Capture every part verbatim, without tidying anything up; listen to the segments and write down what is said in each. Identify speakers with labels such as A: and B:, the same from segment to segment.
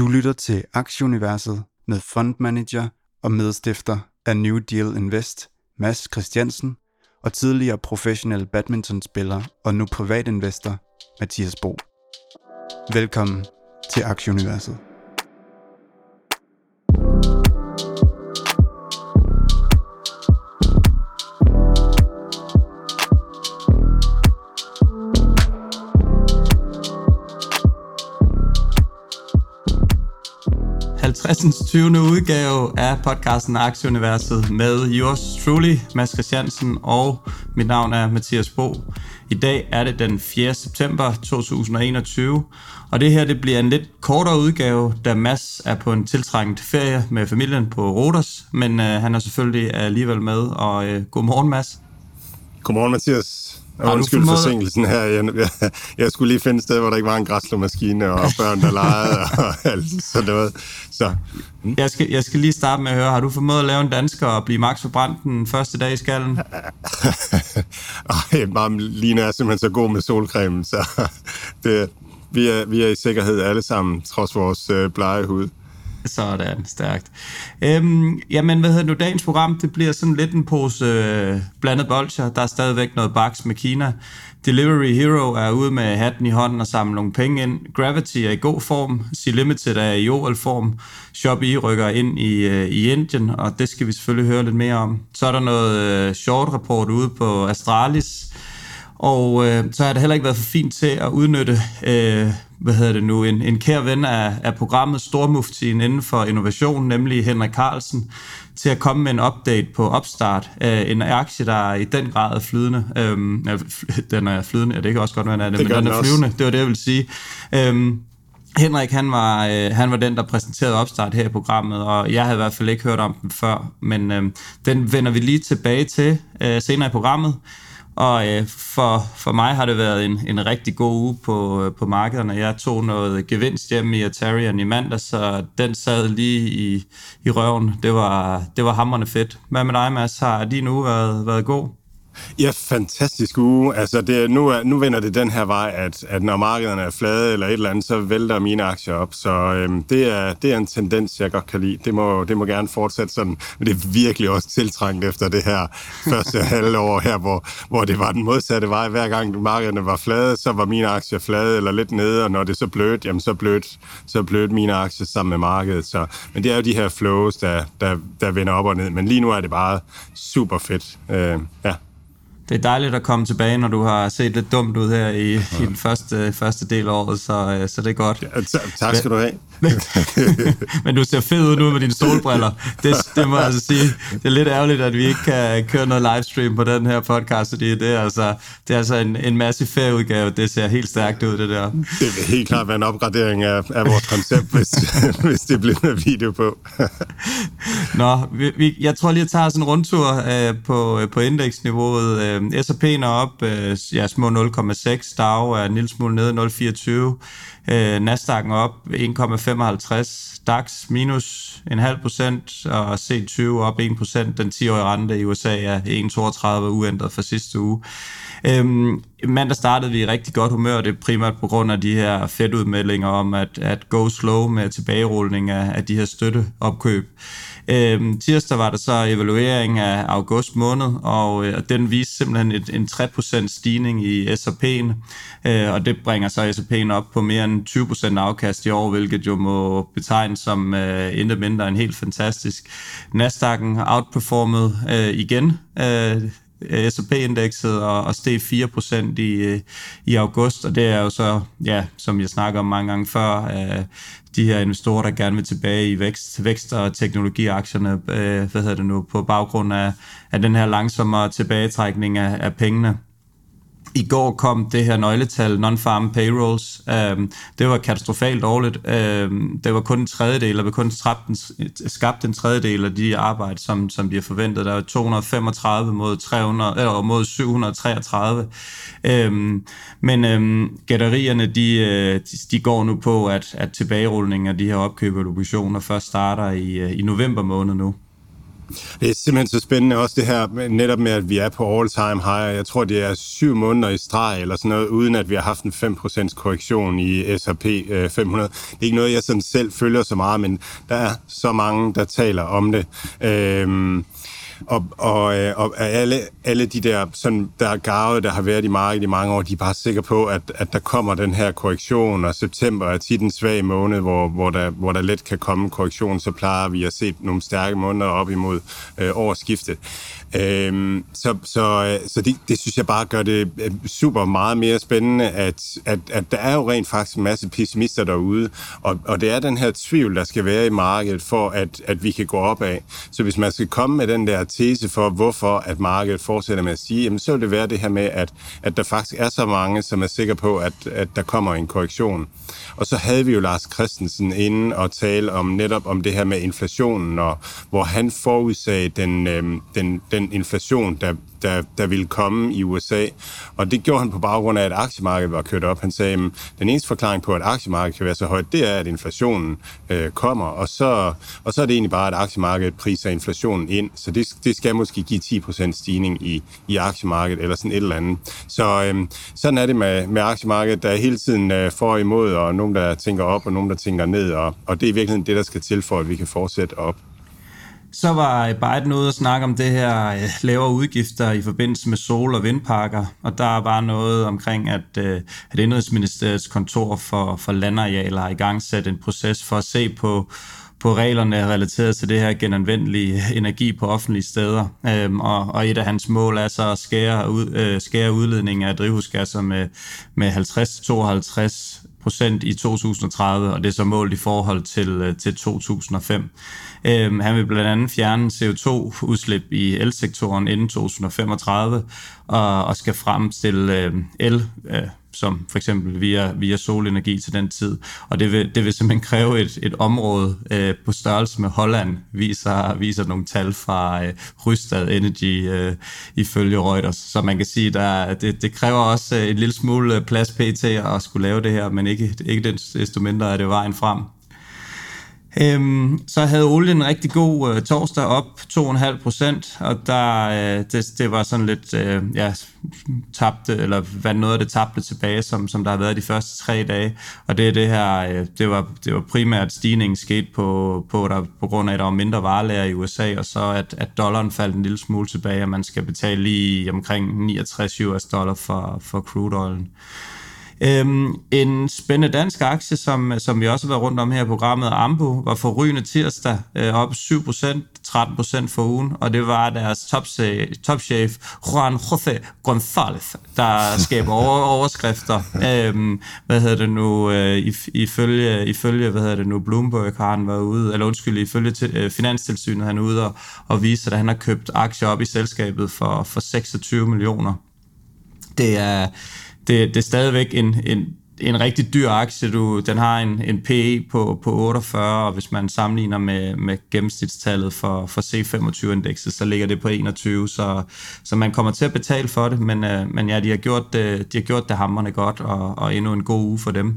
A: Du lytter til Aktieuniverset med fondmanager og medstifter af New Deal Invest, Mads Christiansen, og tidligere professionel badmintonspiller og nu privatinvestor, Mathias Bo. Velkommen til Aktieuniverset.
B: halvtredsende tyvende udgave af podcasten Aktieuniverset med yours truly, Mads Christiansen, og mit navn er Mathias Bo. I dag er det den fjerde september to tusind og enogtyve, og det her det bliver en lidt kortere udgave, da Mads er på en tiltrængt ferie med familien på Rhodos, men øh, han er selvfølgelig alligevel med, og øh, godmorgen Mads.
C: Godmorgen Mathias. Og undskyld forsinkelsen her. Jeg, jeg, jeg skulle lige finde et sted, hvor der ikke var en græsslåmaskine og børn, der legede og alt sådan noget. Så.
B: Mm. Jeg, skal, jeg skal lige starte med at høre, har du formået at lave en dansker og blive max forbrændt den første dag i skallen?
C: Ej, bare Line er simpelthen så god med solcreme, så det, vi, er, vi er i sikkerhed alle sammen, trods vores øh, blege hud.
B: Sådan, stærkt. Øhm, jamen, hvad hedder nu, dagens program, det bliver sådan lidt en pose øh, blandet bolcher. Der er stadigvæk noget baks med Kina. Delivery Hero er ude med hatten i hånden og samler nogle penge ind. Gravity er i god form. C-Limited er i O L-form. Shopee rykker ind i, øh, i Indien, og det skal vi selvfølgelig høre lidt mere om. Så er der noget øh, short-rapport ude på Astralis. Og øh, så har det heller ikke været for fint til at udnytte, øh, hvad hedder det nu, en, en kær ven af, af programmet Stormuftien inden for innovation, nemlig Henrik Carlsen, til at komme med en update på Upstart. Øh, en aktie, der er i den grad er flydende. Øh, den er flydende, ja, det kan også godt være, den er, det, men den er flyvende, det var det, jeg ville sige. Øh, Henrik, han var, øh, han var den, der præsenterede Upstart her i programmet, og jeg havde i hvert fald ikke hørt om den før, men øh, den vender vi lige tilbage til øh, senere i programmet. Og øh, for, for mig har det været en, en rigtig god uge på, øh, på markederne. Jeg tog noget gevinst hjemme i Atarian i mandag, så den sad lige i, i røven. Det var, det var hamrende fedt. Hvad med dig, Mads? Har din uge været, været god?
C: Ja, fantastisk uge. Altså det, nu, er, nu vender det den her vej, at, at når markederne er flade eller et eller andet, så vælter mine aktier op. Så øhm, det, er, det er en tendens, jeg godt kan lide. Det må, det må gerne fortsætte sådan. Men det er virkelig også tiltrængt efter det her første halvår her, hvor, hvor det var den modsatte vej. Hver gang markederne var flade, så var mine aktier flade eller lidt nede, og når det så blødt, jamen så blødt, så blødt mine aktier sammen med markedet. Så, men det er jo de her flows, der, der, der vender op og ned. Men lige nu er det bare super fedt. Øh, ja.
B: Det er dejligt at komme tilbage, når du har set lidt dumt ud her i, ja. i den første, første del af året, så, så det er godt.
C: Ja, t- tak skal du have.
B: Men du ser fed ud nu med dine solbriller. Det, det må jeg altså sige. Det er lidt ærgerligt, at vi ikke kan køre noget livestream på den her podcast, fordi det er altså, det er altså en, en massiv ferieudgave. Det ser helt stærkt ud, det der. Det
C: vil helt klart være en opgradering af, af vores koncept, hvis, hvis det bliver med video på.
B: Nå, vi, vi, jeg tror lige, at tage sådan en rundtur øh, på, på indeksniveauet. Øh, S og P'en er op, øh, ja, små nul komma seks, Dow er en lille smule nede, nul komma fireogtyve, øh, Nasdaq'en op en komma femoghalvtreds, DAX minus en halv procent, og C tyve op en procent. Den ti-årige rente i U S A er en komma toogtredive uændret fra sidste uge. Øhm, mandag startede vi i rigtig godt humør, det er primært på grund af de her Fed-udmeldinger om at, at go slow med tilbagerulning af, af de her støtteopkøb. Øhm, tirsdag var der så evaluering af august måned, og øh, den viste simpelthen et, en tre procent stigning i S og P'en, øh, og det bringer så S og P'en op på mere end tyve procent afkast i år, hvilket jo må betegnes som øh, intet mindre end helt fantastisk. Nasdaq'en outperformede øh, igen, øh, S og P-indekset og, og steg fire procent i, i august, og det er jo så, ja, som jeg snakker om mange gange før, øh, de her investorer, der gerne vil tilbage i vækst, vækst- og teknologiaktierne, øh, hvad hedder det nu, på baggrund af, af den her langsommere tilbagetrækning af, af pengene. I går kom det her nøgletal, non-farm payrolls. Øhm, det var katastrofalt dårligt. Øhm, det var kun en tredjedel, og vi kun skabt en tredjedel af de arbejde, som, som de har forventet. Der var to hundrede og femogtredive mod, tre hundrede, eller mod syv hundrede og treogtredive. Øhm, men øhm, gætterierne, de, de, de går nu på, at, at tilbagerulningen af de her opkøb og obligationer først starter i, i november måned nu.
C: Det er simpelthen så spændende også det her, netop med, at vi er på all-time high. Jeg tror, det er syv måneder i streg eller sådan noget, uden at vi har haft en fem procent korrektion i S og P fem hundrede. Det er ikke noget, jeg sådan selv følger så meget, men der er så mange, der taler om det. Øhm Og, og, og alle, alle de der, sådan, der er garvet, der har været i markedet i mange år, de er bare sikre på, at, at der kommer den her korrektion, og september er tit en svag måned, hvor, hvor, der, hvor der let kan komme korrektion, så plejer vi at se nogle stærke måneder op imod øh, årsskiftet. Øhm, så så, så det, det synes jeg bare gør det super meget mere spændende, at, at, at der er jo rent faktisk en masse pessimister derude, og, og det er den her tvivl, der skal være i markedet, for at, at vi kan gå opad. Så hvis man skal komme med den der tese for, hvorfor at markedet fortsætter med at sige, jamen, så vil det være det her med, at, at der faktisk er så mange, som er sikre på, at, at der kommer en korrektion. Og så havde vi jo Lars Christensen inde og tale om netop om det her med inflationen, og hvor han forudsagde den, øh, den, den inflation, der, der, der ville komme i U S A. Og det gjorde han på baggrund af, at aktiemarkedet var kørt op. Han sagde, at den eneste forklaring på, at aktiemarkedet kan være så højt, det er, at inflationen øh, kommer. Og så, og så er det egentlig bare, at aktiemarkedet priser inflationen ind. Så det, det skal måske give ti procent stigning i, i aktiemarkedet, eller sådan et eller andet. Så øh, sådan er det med, med aktiemarkedet. Der er hele tiden øh, for og imod, og nogen, der tænker op, og nogen, der tænker ned. Og, og det er virkelig det, der skal til for, at vi kan fortsætte op.
B: Så var Biden ude at snakke om det her øh, lavere udgifter i forbindelse med sol- og vindparker, og der var noget omkring, at, øh, at Indrigsministeriets kontor for, for landarealer har i gang sat en proces for at se på, på reglerne relateret til det her genanvendelige energi på offentlige steder. Øhm, og, og et af hans mål er så at skære, ud, øh, skære udledningen af drivhusgasser med, med halvtreds til tooghalvtreds procent i to tusind og tredive, og det er så målt i forhold til, til to tusind og fem. Øhm, han vil blandt andet fjerne C O to udslip i elsektoren inden to tusind og femogtredive, og, og skal fremstille øh, el, øh, som for eksempel via, via solenergi til den tid. Og det vil, det vil simpelthen kræve et, et område øh, på størrelse med Holland, viser, viser nogle tal fra øh, Rystad Energy øh, ifølge Reuters. Så man kan sige, at det, det kræver også øh, en lille smule plads pt. At skulle lave det her, men ikke, ikke desto mindre er det vejen frem. Øhm, så havde olien en rigtig god øh, torsdag op to komma fem procent, og der, øh, det, det var sådan lidt øh, ja, tabte, eller hvad noget af det tabte tilbage, som, som der har været de første tre dage, og det er det her, øh, det, var, det var primært stigningen skete på, på, der, på grund af, at der var mindre varelager i U S A, og så at, at dollaren faldt en lille smule tilbage, og man skal betale lige omkring niogtres U S dollar for, for crude oilen. Øhm, en spændende dansk aktie, som, som vi også har været rundt om her i programmet, Ambu, var forrygende tirsdag, øh, op syv procent, tretten procent for ugen, og det var deres topchef, Juan José González, der skaber over, overskrifter. Øhm, hvad hedder det nu, øh, ifølge, ifølge, hvad hedder det nu, Bloomberg har han været ude, eller undskyld, ifølge til, øh, Finanstilsynet han er ude og, og vise, at han har købt aktier op i selskabet for, for seksogtyve millioner. Det er Det, det er stadigvæk en, en, en rigtig dyr aktie. Du, den har en, en P E på, på otteogfyrre, og hvis man sammenligner med, med gennemsnitstallet for, for C femogtyve-indekset, så ligger det på enogtyve, så, så man kommer til at betale for det, men, men ja, de har gjort det, de har gjort det hamrende godt, og, og endnu en god uge for dem.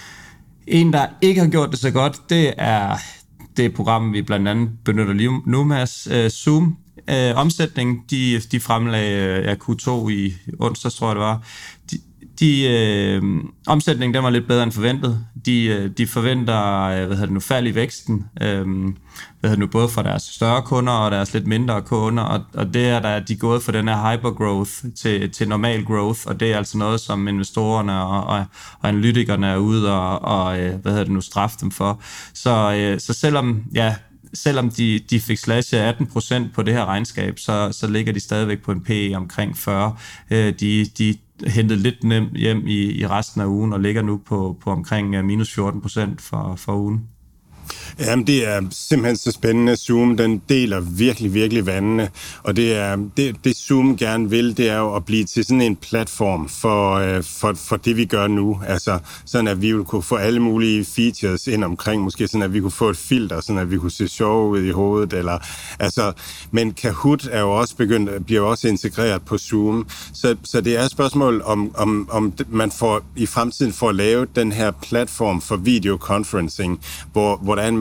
B: En, der ikke har gjort det så godt, det er det program, vi blandt andet benytter lige nu, Mads, uh, Zoom. Uh, omsætning, de, de fremlagde uh, Q to i onsdags, tror jeg det var. De, de, øh, omsætningen den var lidt bedre end forventet. De, øh, de forventer øh, hvad hedder det nu, fald i væksten, øh, hvad hedder det nu, både for deres større kunder og deres lidt mindre kunder, og, og det er der, de er gået fra den her hypergrowth til, til normal growth, og det er altså noget, som investorerne og, og, og analytikerne er ude og, og øh, hvad hedder det nu, straffe dem for. Så, øh, så selvom, ja, selvom de, de fik slashet atten procent på det her regnskab, så, så ligger de stadigvæk på en P E omkring fyrre. Øh, de, de hentet lidt nemt hjem i, i resten af ugen og ligger nu på, på omkring minus fjorten procent for, for ugen.
C: Jamen, det er simpelthen så spændende. Zoom, den deler virkelig, virkelig vandene, og det er det, det Zoom gerne vil, det er jo at blive til sådan en platform for, for, for det, vi gør nu. Altså, sådan at vi vil kunne få alle mulige features ind omkring, måske sådan, at vi kunne få et filter, sådan at vi kunne se sjov ud i hovedet, eller, altså, men Kahoot er jo også begyndt, bliver jo også integreret på Zoom, så, så det er et spørgsmål, om, om, om man får, i fremtiden får lavet den her platform for videoconferencing, hvor, hvor der er en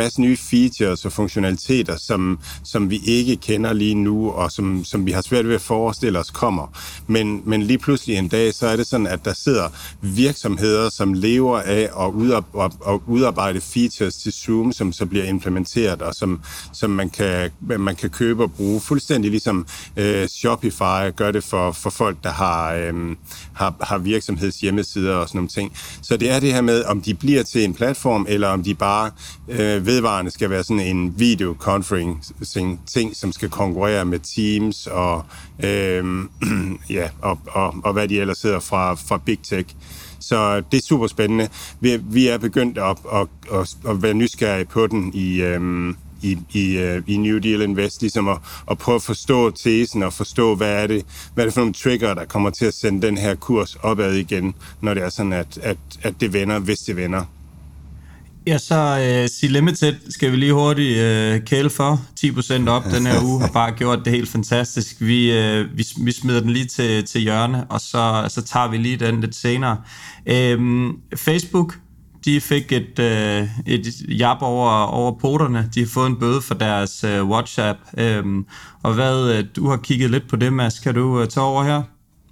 C: masse nye features og funktionaliteter, som, som vi ikke kender lige nu, og som, som vi har svært ved at forestille os kommer. Men, men lige pludselig en dag, så er det sådan, at der sidder virksomheder, som lever af at udarbejde, at udarbejde features til Zoom, som så bliver implementeret, og som, som man, kan, man kan købe og bruge. Fuldstændig ligesom øh, Shopify gør det for, for folk, der har, øh, har, har virksomhedshjemmesider og sådan nogle ting. Så det er det her med, om de bliver til en platform, eller om de bare øh, vedvarende skal være sådan en videoconferencing-ting, som skal konkurrere med Teams og, øh, ja, og, og, og hvad de ellers hedder fra, fra Big Tech. Så det er super spændende. Vi, vi er begyndt at, at, at, at være nysgerrige på den i, øhm, i, i, i New Deal Invest, ligesom at, at prøve at forstå tesen og forstå, hvad er det, hvad er det for nogle trigger, der kommer til at sende den her kurs opad igen, når det er sådan, at, at, at det vender, hvis det vender.
B: Ja, så uh, C-Limited skal vi lige hurtigt uh, kæle for. ti procent op den her uge har bare gjort det helt fantastisk. Vi, uh, vi, vi smider den lige til, til hjørne, og så, så tager vi lige den lidt senere. Um, Facebook, de fik et, uh, et jab over, over poterne. De har fået en bøde for deres uh, WhatsApp. Um, og hvad, uh, du har kigget lidt på det, Mads. Kan du uh, tage over her?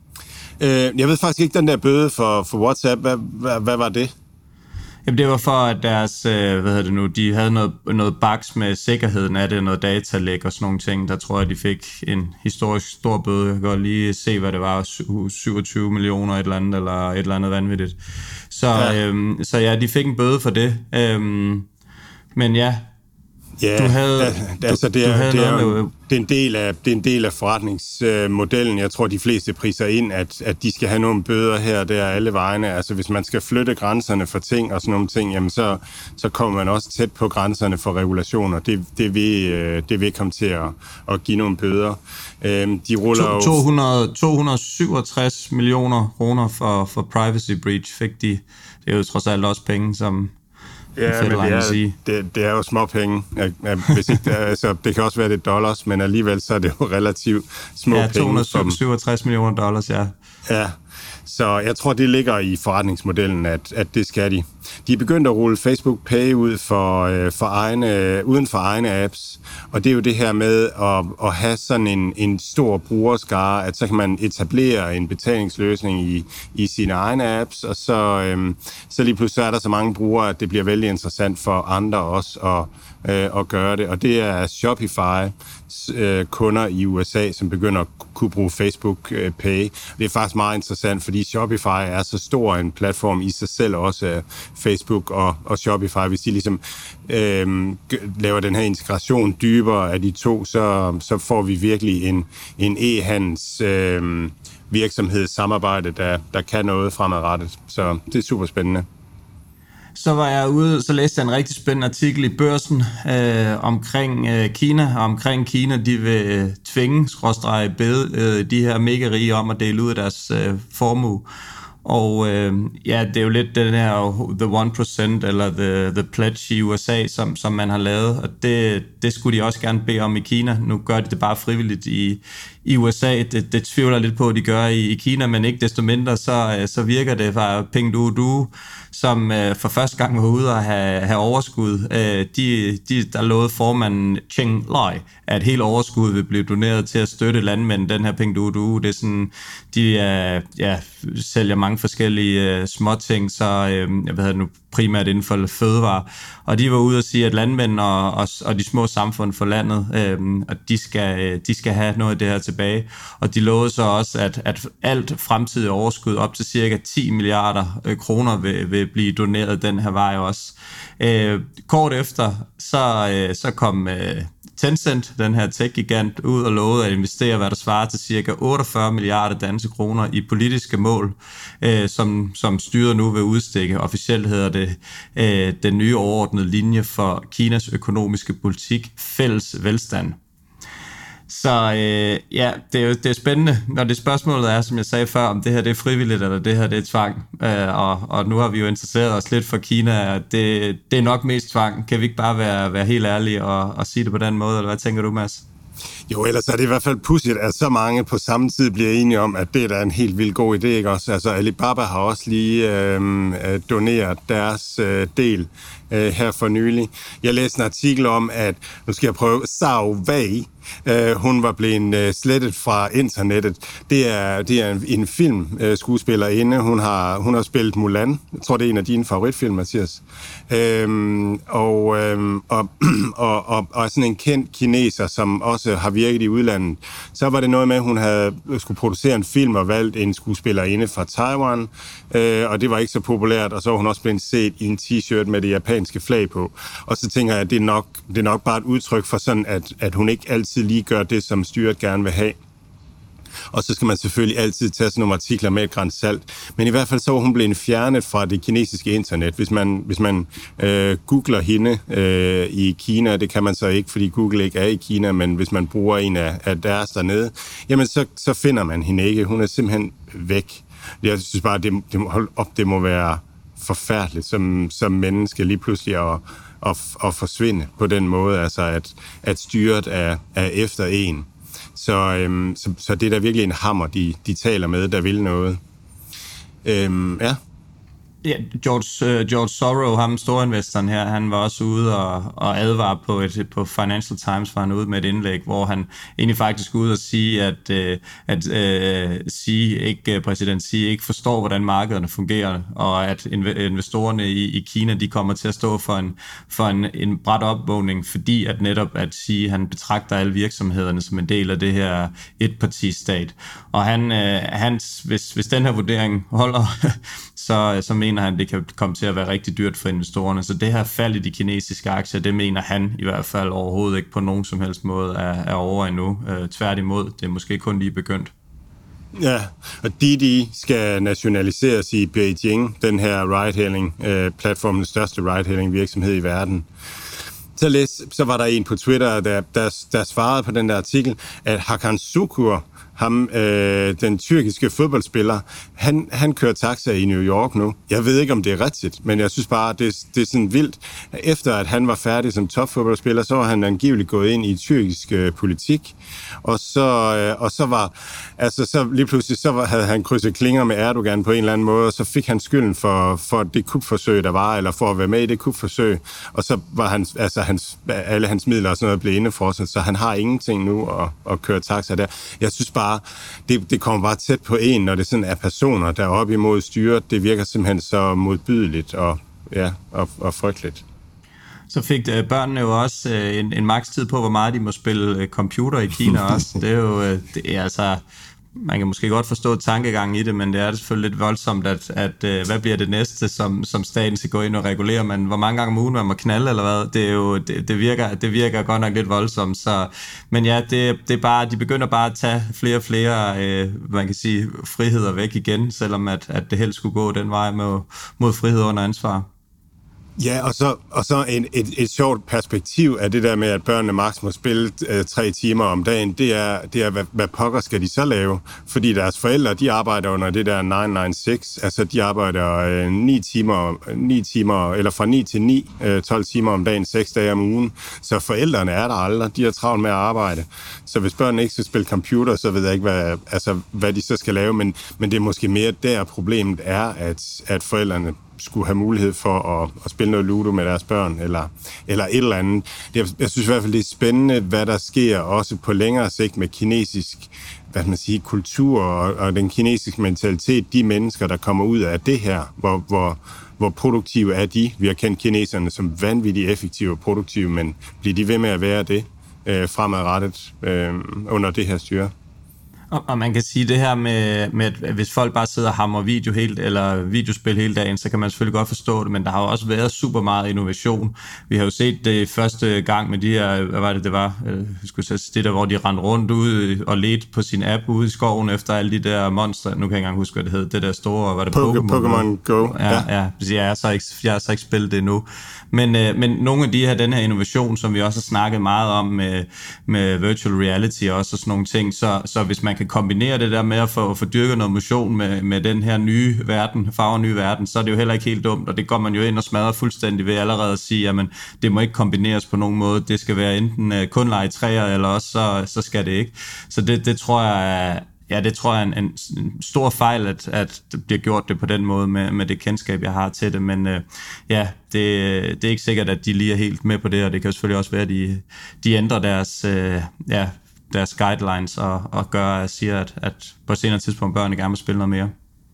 C: Uh, jeg ved faktisk ikke den der bøde for, for WhatsApp. Hvad, hvad, hvad var det?
B: Jamen, det var for, at deres, øh, hvad hedder det nu, de havde noget, noget bugs med sikkerheden af det, noget datalæk og sådan nogle ting. Der tror jeg, de fik en historisk stor bøde. Jeg kan godt lige se, hvad det var, syvogtyve millioner et eller andet, eller et eller andet vanvittigt. Så ja, øhm, så ja de fik en bøde for det. Øhm, men ja,
C: Ja,
B: du havde,
C: da, da, altså det, er,
B: du havde
C: det, er,
B: noget med...
C: det, er en del af, det er en del af forretningsmodellen. Jeg tror, de fleste priser ind, at, at de skal have nogle bøder her og der alle vejene. Altså hvis man skal flytte grænserne for ting og sådan nogle ting, jamen så, så kommer man også tæt på grænserne for regulationer. Det, det, vil, det vil komme til at, at give nogle bøder. De ruller
B: to hundrede, to hundrede syvogtres millioner kroner for, for privacy breach fik de. Det er jo trods alt også penge, som...
C: Ja, men det er, det, det er jo små penge. Hvis ikke, det, altså, det kan også være det dollars, men alligevel så er det jo relativt små
B: ja,
C: penge.
B: Ja, to hundrede syvogtres millioner dollars, ja.
C: Ja, så jeg tror, det ligger i forretningsmodellen, at, at det skal de. De er begyndt at rulle Facebook Pay ud for, øh, for egne, uden for egne apps, og det er jo det her med at, at have sådan en, en stor brugerskare, at så kan man etablere en betalingsløsning i, i sine egne apps, og så, øh, så lige pludselig er der så mange brugere, at det bliver vældig interessant for andre også at, øh, at gøre det, og det er Shopify øh, kunder i U S A, som begynder at kunne bruge Facebook øh, Pay. Det er faktisk meget interessant, fordi Shopify er så stor en platform i sig selv også af Facebook og, og Shopify. Hvis de ligesom øh, laver den her integration dybere af de to, så, så får vi virkelig en, en e-handels øh, virksomhedssamarbejde, der, der kan noget fremadrettet. Så det er super spændende.
B: Så var jeg ude, så læste jeg en rigtig spændende artikel i Børsen øh, omkring øh, Kina, og omkring Kina, de vil øh, tvinge, skråstrege, bede øh, de her mega rige om at dele ud af deres øh, formue. Og øh, ja, det er jo lidt den her The one percent eller The, the Pledge i U S A, som, som man har lavet, og det, det skulle de også gerne bede om i Kina. Nu gør de det bare frivilligt i, i U S A. Det, det tvivler lidt på, at de gør i, i Kina, men ikke desto mindre, så, så virker det fra Pinduoduo, som øh, for første gang var ude at have, have overskud. Øh, de, de, der lovede formanden Cheng Lai, at hele overskuddet vil blive doneret til at støtte landmænd. Den her Pinduoduo, det er sådan, de øh, ja, sælger mange forskellige øh, småting, så øh, jeg ved nu primært inden for fødevare. Og de var ude at sige, at landmænd og, og, og de små samfund for landet, øh, at de skal, de skal have noget af det her tilbage. Og de lovede så også, at, at alt fremtidig overskud op til cirka ti milliarder øh, kroner vil, vil blive doneret den her vej også. Øh, kort efter, så, øh, så kom øh, Tencent, den her tech-gigant, ud og lovede at investere, hvad der svarer til cirka otteogfyrre milliarder danske kroner i politiske mål, øh, som, som styret nu vil udstikke. Officielt hedder det øh, den nye overordnede linje for Kinas økonomiske politik, fælles velstand. Så øh, ja, det er jo det er spændende, når det spørgsmålet er, som jeg sagde før, om det her det er frivilligt, eller det her det er tvang. Øh, og, og nu har vi jo interesseret os lidt for Kina, det, det er nok mest tvang. Kan vi ikke bare være, være helt ærlige og, og sige det på den måde, eller hvad tænker du, Mads?
C: Jo, ellers er det i hvert fald pudsigt, at så mange på samme tid bliver enige om, at det er da en helt vildt god idé, ikke også? Altså Alibaba har også lige øh, doneret deres øh, del øh, her for nylig. Jeg læste en artikel om, at, nu skal jeg prøve, Zhao Wei, øh, hun var blevet øh, slettet fra internettet. Det er, det er en, en filmskuespillerinde. Øh, hun, har, hun har spillet Mulan. Jeg tror, det er en af dine favoritfilm, Mathias. Øhm, og, øhm, og, og, og, og sådan en kendt kineser, som også har virket i udlandet. Så var det noget med, at hun havde skulle producere en film og valgt en skuespillerinde fra Taiwan, øh, og det var ikke så populært, og så var hun også blevet set i en t-shirt med det japanske flag på. Og så tænker jeg, at det er nok, det er nok bare et udtryk for sådan, at, at hun ikke altid lige gør det, som styret gerne vil have. Og så skal man selvfølgelig altid tage sådan nogle artikler med et gran salt. Men i hvert fald så var hun blevet fjernet fra det kinesiske internet. Hvis man, hvis man øh, googler hende øh, i Kina, det kan man så ikke, fordi Google ikke er i Kina, men hvis man bruger en af, af deres dernede, jamen så, så finder man hende ikke. Hun er simpelthen væk. Jeg synes bare, det, det, hold op, det må være forfærdeligt som, som menneske lige pludselig at, at, at forsvinde på den måde, altså at, at styret er, er efter en. Så, øhm, så, så det er da virkelig en hammer, de, de taler med, der vil noget. Øhm, ja.
B: Ja, George, uh, George Soros, ham storinvestoren her, han var også ude og, og advare på, et, på Financial Times, var han ude med et indlæg, hvor han egentlig faktisk ude og sige, at, uh, at uh, Xi, ikke, præsident Xi ikke forstår, hvordan markederne fungerer, og at investorerne i, i Kina, de kommer til at stå for en, for en, en brat opvågning, fordi at netop at Xi, han betragter alle virksomhederne som en del af det her etpartistat. Og han, uh, hans, hvis, hvis den her vurdering holder, så, så mener han, det kan komme til at være rigtig dyrt for investorerne. Så det her fald i de kinesiske aktier, det mener han i hvert fald overhovedet ikke på nogen som helst måde er, er over endnu. Øh, tværtimod, det er måske kun lige begyndt.
C: Ja, og Didi skal nationaliseres i Beijing, den her ride-hailing-platform, den største ride-hailing-virksomhed i verden. Så, læs, så var der en på Twitter, der, der, der svarede på den der artikel, at Hakan Şükür, ham, øh, den tyrkiske fodboldspiller, han, han kører taxa i New York nu. Jeg ved ikke, om det er rigtigt, men jeg synes bare, det, det er sådan vildt. Efter at han var færdig som topfodboldspiller, så var han angiveligt gået ind i tyrkisk øh, politik, og så, øh, og så var, altså så lige pludselig, så var, havde han krydset klinger med Erdogan på en eller anden måde, og så fik han skylden for, for det kupforsøg, der var, eller for at være med i det kupforsøg, og så var hans, altså hans, alle hans midler og sådan noget blev indefrosset, så han har ingenting nu at, at køre taxa der. Jeg synes bare, Det, det kommer bare tæt på en, når det sådan er personer, der er op imod styret. Det virker simpelthen så modbydeligt og, ja, og, og frygteligt.
B: Så fik øh, børnene jo også øh, en, en makstid på, hvor meget de må spille øh, computer i Kina også. Det er jo, øh, det er altså... Man kan måske godt forstå tankegangen i det, men det er selvfølgelig lidt voldsomt, at, at øh, hvad bliver det næste, som, som staten skal gå ind og regulere, men hvor mange gange om ugen man må knalde, eller hvad? Det, er jo, det, det, virker, det virker godt nok lidt voldsomt. Så, men ja, det, det er bare, de begynder bare at tage flere og flere, øh, man kan sige, friheder væk igen, selvom at, at det helst skulle gå den vej med, mod frihed under ansvar.
C: Ja, og så, og så en, et, et sjovt perspektiv af det der med, at børnene maks må spille øh, tre timer om dagen, det er, det er hvad, hvad pokker skal de så lave? Fordi deres forældre, de arbejder under det der ni ni seks, altså de arbejder øh, ni timer, ni timer, eller fra ni til ni, øh, tolv timer om dagen, seks dage om ugen. Så forældrene er der aldrig, de er travlt med at arbejde. Så hvis børnene ikke skal spille computer, så ved jeg ikke, hvad, altså, hvad de så skal lave, men, men det er måske mere der problemet er, at, at forældrene skulle have mulighed for at, at spille noget ludo med deres børn, eller, eller et eller andet. Jeg, jeg synes i hvert fald, det er spændende, hvad der sker også på længere sigt med kinesisk, hvad man siger, kultur og, og den kinesiske mentalitet, de mennesker, der kommer ud af det her, hvor, hvor, hvor produktive er de. Vi har kendt kineserne som vanvittigt effektive og produktive, men bliver de ved med at være det øh, fremadrettet øh, under det her styre?
B: Og, og man kan sige det her med, med, at hvis folk bare sidder og hamrer video helt, eller videospil hele dagen, så kan man selvfølgelig godt forstå det, men der har jo også været super meget innovation. Vi har jo set det første gang med de her, hvad var det, det var? Jeg skulle sige, det der, hvor de rendte rundt ude og ledte på sin app ude i skoven efter alle de der monster. Nu kan jeg ikke engang huske, hvad det hed. Det der store, var det Pokémon?
C: Pokémon Go.
B: Ja, ja. ja. Jeg har så ikke, jeg har så ikke spillet det endnu. Men, øh, men nogle af de her, den her innovation, som vi også har snakket meget om med, med virtual reality også og sådan nogle ting, så, så hvis man kan kombinere det der med at få, få dyrket noget motion med, med den her nye verden, farver nye verden, så er det jo heller ikke helt dumt, og det går man jo ind og smadrer fuldstændig ved allerede at sige, jamen det må ikke kombineres på nogen måde, det skal være enten uh, kun lege træer, eller også så, så skal det ikke. Så det, det tror jeg ja, det tror jeg er en, en, en stor fejl, at, at det bliver gjort det på den måde med, med det kendskab, jeg har til det. Men øh, ja, det, det er ikke sikkert, at de lige er helt med på det, og det kan selvfølgelig også være, at de, de ændrer deres, øh, ja, deres guidelines og, og gør og siger, at, at på et senere tidspunkt børnene gerne vil spille noget mere.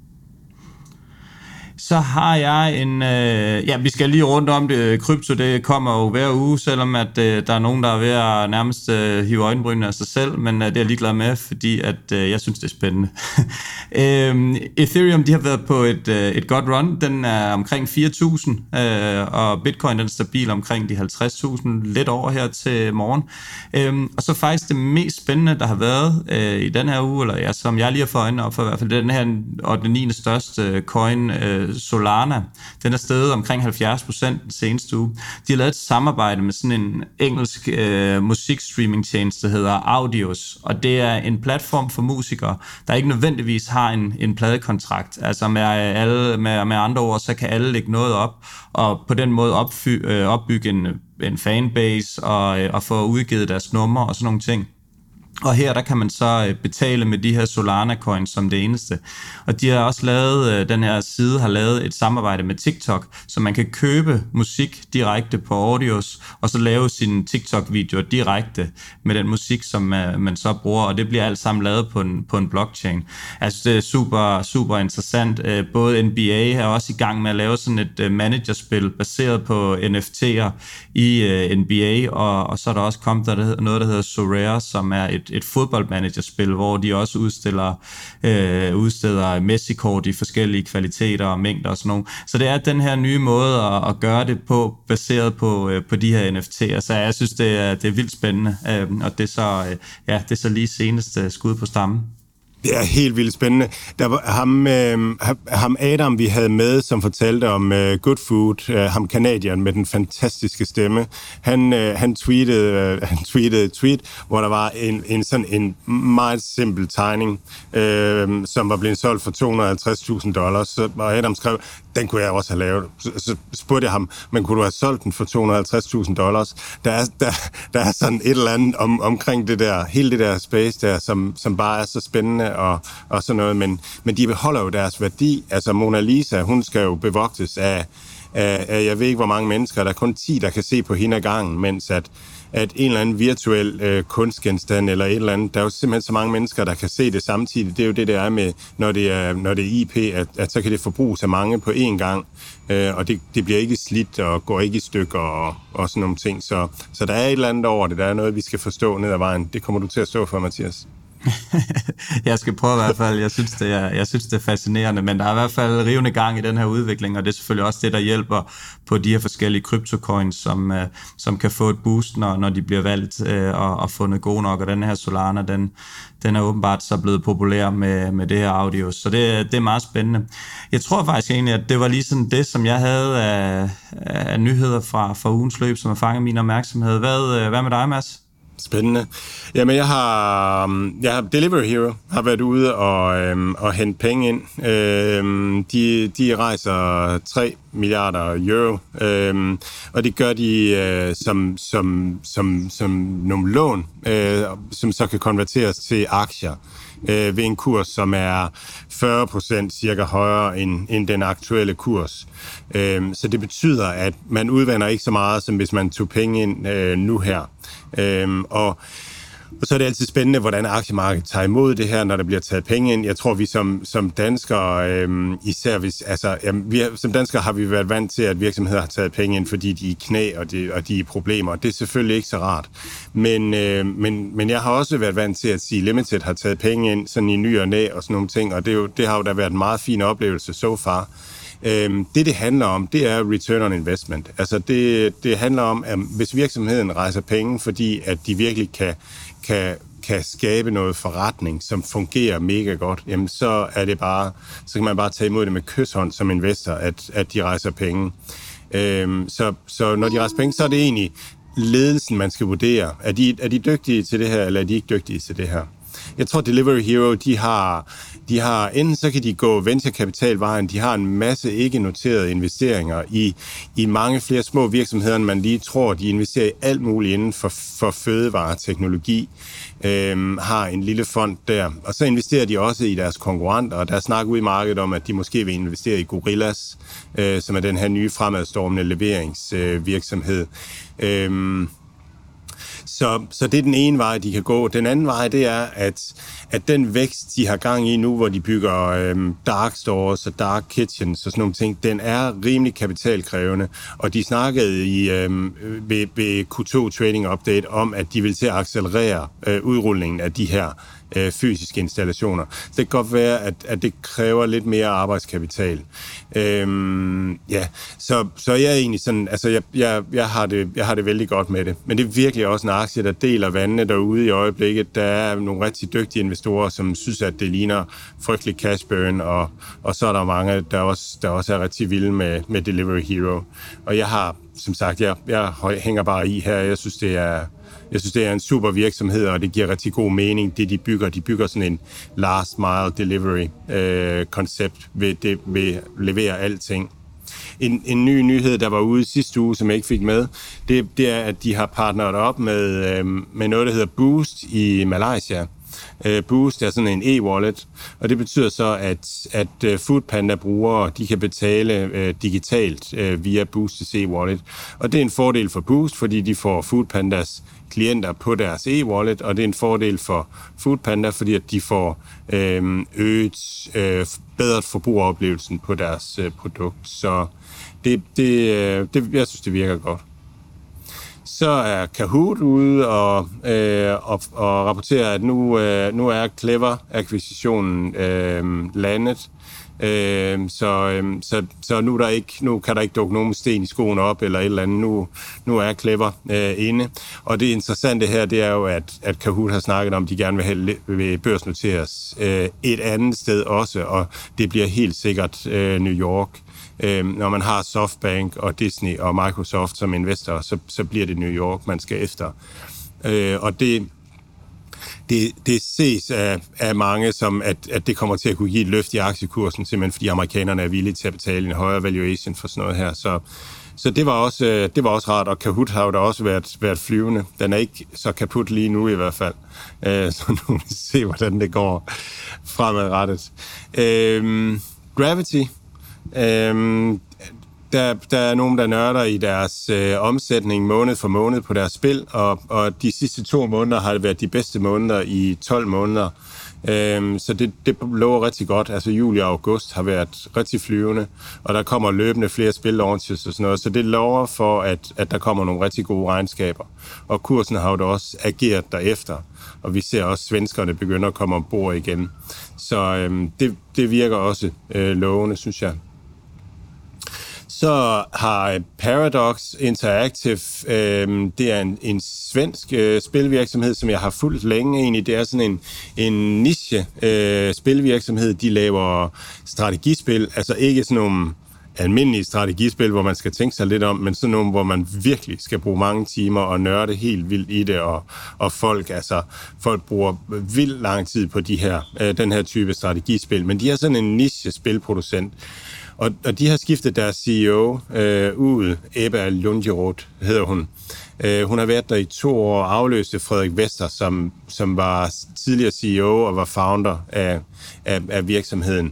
B: Så har jeg en... Øh, ja, vi skal lige rundt om det. Krypto, det kommer jo hver uge, selvom at øh, der er nogen, der er ved at nærmest øh, hive øjenbrynene af sig selv, men øh, det er jeg ligeglad med, fordi at, øh, jeg synes, det er spændende. øh, Ethereum, de har været på et, øh, et godt run. Den er omkring fire tusind, øh, og Bitcoin den er stabil omkring de halvtreds tusind, lidt over her til morgen. Øh, og så faktisk det mest spændende, der har været øh, i den her uge, eller ja, som jeg lige har fået øjnene op for i hvert fald, den her og den niende største coin, øh, Solana, den er steget omkring halvfjerds procent den seneste uge. De har lavet et samarbejde med sådan en engelsk øh, musikstreaming-tjeneste, der hedder Audios, og det er en platform for musikere, der ikke nødvendigvis har en, en pladekontrakt. Altså med, alle, med, med andre ord, så kan alle lægge noget op, og på den måde opfy, øh, opbygge en, en fanbase, og, øh, og få udgivet deres numre og sådan nogle ting. Og her der kan man så betale med de her Solana coins som det eneste. Og de har også lavet, den her side har lavet et samarbejde med TikTok, så man kan købe musik direkte på Audios, og så lave sine TikTok-videoer direkte med den musik, som man så bruger, og det bliver alt sammen lavet på en, på en blockchain. Altså det er super, super interessant. Både N B A er også i gang med at lave sådan et managerspil baseret på N F T'er i N B A, og, og så er der også kommet der noget, der hedder Sorare, som er et et fodboldmanagerspil, hvor de også udstiller øh, udsteder Messi-kort i forskellige kvaliteter og mængder og sådan noget. Så det er den her nye måde at, at gøre det på, baseret på, øh, på de her N F T'er. Så jeg synes, det er, det er vildt spændende, øh, og det er, så, øh, ja, det er så lige seneste skud på stammen.
C: Det er helt vildt spændende. Der var ham, øh, ham Adam, vi havde med, som fortalte om øh, Good Food, øh, ham kanadieren med den fantastiske stemme. Han, øh, han, tweetede, øh, han tweetede et tweet, hvor der var en, en, sådan en meget simpel tegning, øh, som var blevet solgt for to hundrede og halvtreds tusind dollars. Og Adam skrev, den kunne jeg også have lavet. Så, så spurgte jeg ham, men kunne du have solgt den for to hundrede og halvtreds tusind dollars? Der er, der, der er sådan et eller andet om, omkring det der, hele det der space der, som, som bare er så spændende og, og sådan noget, men, men de beholder jo deres værdi. Altså Mona Lisa, hun skal jo bevogtes af, af, af jeg ved ikke hvor mange mennesker, der er kun ti, der kan se på hende ad gangen, mens at, at en eller anden virtuel øh, kunstgenstand eller et eller andet, der er jo simpelthen så mange mennesker, der kan se det samtidig. Det er jo det, der er med, når det er, når det er I P, at, at så kan det forbruges af mange på én gang, øh, og det, det bliver ikke slidt og går ikke i stykker og, og sådan nogle ting. Så, så der er et eller andet over det. Der er noget, vi skal forstå ned ad vejen. Det kommer du til at stå for, Mathias.
B: Jeg skal prøve i hvert fald. Jeg synes, det er, jeg synes, det er fascinerende, men der er i hvert fald rivende gang i den her udvikling, og det er selvfølgelig også det, der hjælper på de her forskellige kryptocoins, som, uh, som kan få et boost, når, når de bliver valgt uh, og, og fundet gode nok, og den her Solana, den, den er åbenbart så blevet populær med, med det her audio, så det, det er meget spændende. Jeg tror faktisk egentlig, at det var lige sådan det, som jeg havde af, af nyheder fra, fra ugens løb, som har fanget min opmærksomhed. Hvad, hvad med dig, Mads?
C: Spændende. Jamen, jeg har, jeg har Delivery Hero har været ude og, øhm, og hente penge ind. Øhm, de, de rejser tre milliarder euro, øhm, og det gør de øh, som, som, som, som nogle lån, øh, som så kan konverteres til aktier øh, ved en kurs, som er fyrre procent cirka højere end, end den aktuelle kurs. Øhm, så det betyder, at man udvander ikke så meget, som hvis man tog penge ind øh, nu her. Øhm, og, og så er det altid spændende, hvordan aktiemarkedet tager imod det her, når der bliver taget penge ind. Jeg tror, vi som, som danskere, øhm, især hvis, altså, jamen, vi, som danskere har vi været vant til, at virksomheder har taget penge ind, fordi de er i knæ, og de, og de er i problemer. Det er selvfølgelig ikke så rart. Men, øh, men, men jeg har også været vant til at sige, Limited har taget penge ind, sådan i ny og næ og sådan nogle ting, og det, er jo, det har jo da været en meget fin oplevelse so far. Øhm, det, det handler om, det er return on investment. Altså det, det handler om, at hvis virksomheden rejser penge, fordi at de virkelig kan, kan, kan skabe noget forretning, som fungerer mega godt, jamen så er det bare, så kan man bare tage imod det med kysshånd som investor, at, at de rejser penge. Øhm, så, så når de rejser penge, så er det egentlig ledelsen, man skal vurdere. Er de, er de dygtige til det her, eller er de ikke dygtige til det her? jeg tror, Delivery Hero, de har, de har, enten så kan de gå venturekapitalvejen, de har en masse ikke-noterede investeringer i, i mange flere små virksomheder, end man lige tror. De investerer i alt muligt inden for, for fødevareteknologi, øhm, har en lille fond der. Og så investerer de også i deres konkurrenter, og der er snak ude i markedet om, at de måske vil investere i Gorillas, øh, som er den her nye fremadstormende leveringsvirksomhed. Øh, øhm, Så, så det er den ene vej, de kan gå. Den anden vej, det er, at, at den vækst, de har gang i nu, hvor de bygger øhm, dark stores og dark kitchens og sådan nogle ting, den er rimelig kapitalkrævende. Og de snakkede i, øhm, ved, ved Q to Trading Update om, at de vil til at accelerere øh, udrulningen af de her øh, fysiske installationer. Så det kan godt være, at, at det kræver lidt mere arbejdskapital. Øhm, ja, så, så jeg er egentlig sådan, altså jeg, jeg, jeg, har det, jeg har det vældig godt med det. Men det er virkelig også en aktie, der deler vandene derude i øjeblikket. Der er nogle rigtig dygtige investorer, som synes, at det ligner frygtelig cash burn, og, og så er der mange, der også, der også er rigtig vilde med, med Delivery Hero. Og jeg har, som sagt, jeg, jeg hænger bare i her. Jeg synes, det er Jeg synes, det er en super virksomhed, og det giver rigtig god mening, det de bygger. De bygger sådan en last mile delivery-koncept øh, ved, det, ved at levere alting. En, en ny nyhed, der var ude sidste uge, som jeg ikke fik med, det, det er, at de har partneret op med, øh, med noget, der hedder Boost i Malaysia. Uh, Boost er sådan en e-wallet, og det betyder så, at, at uh, Foodpanda-brugere, de kan betale uh, digitalt uh, via Boosts e-wallet. Og det er en fordel for Boost, fordi de får Foodpandas klienter på deres e-wallet, og det er en fordel for Foodpanda, fordi at de får uh, øget, uh, bedret forbrugeroplevelsen på deres uh, produkt. Så det, det, uh, det, jeg synes, det virker godt. Så er Kahoot ude og, øh, og, og rapporterer, at nu, øh, nu er Clever-akquisitionen øh, landet. Øh, så, øh, så, så nu, der ikke, nu kan der ikke dukke nogen sten i skoen op eller et eller andet. Nu, nu er Clever øh, inde. Og det interessante her, det er jo, at, at Kahoot har snakket om, at de gerne vil, have, vil børsnoteres øh, et andet sted også, og det bliver helt sikkert øh, New York. Øhm, når man har SoftBank og Disney og Microsoft som investorer, så, så bliver det New York, man skal efter. Øh, og det, det, det ses af, af mange som, at, at det kommer til at kunne give et løft i aktiekursen, simpelthen fordi amerikanerne er villige til at betale en højere valuation for sådan noget her. Så, så det, var også, det var også rart, og Kahoot har jo da også været, været flyvende. Den er ikke så kaput lige nu i hvert fald. Øh, så nu vil vi se, hvordan det går fremadrettet. Øh, Gravity. Øhm, der, der er nogen, der nørder i deres øh, omsætning måned for måned på deres spil, og, og de sidste to måneder har det været de bedste måneder i tolv måneder. Øhm, så det, det lover rigtig godt. Altså juli og august har været rigtig flyvende, og der kommer løbende flere spillaunches og sådan noget, så det lover for, at, at der kommer nogle rigtig gode regnskaber. Og kursen har jo da også ageret derefter, og vi ser også, at svenskerne begynder at komme ombord igen. Så øhm, det, det virker også øh, lovende, synes jeg. Så har Paradox Interactive, øh, det er en, en svensk øh, spilvirksomhed, som jeg har fulgt længe egentlig. Det er sådan en, en niche øh, spilvirksomhed. De laver strategispil, altså ikke sådan nogle almindelige strategispil, hvor man skal tænke sig lidt om, men sådan nogle, hvor man virkelig skal bruge mange timer og nørde helt vildt i det, og, og folk, altså, folk bruger vildt lang tid på de her, øh, den her type strategispil, men de er sådan en niche-spilproducent, og, og de har skiftet deres C E O øh, ud, Ebba Lundjeroth hedder hun. Øh, hun har været der i to år og afløste Frederik Vester, som, som var tidligere C E O og var founder af, af, af virksomheden.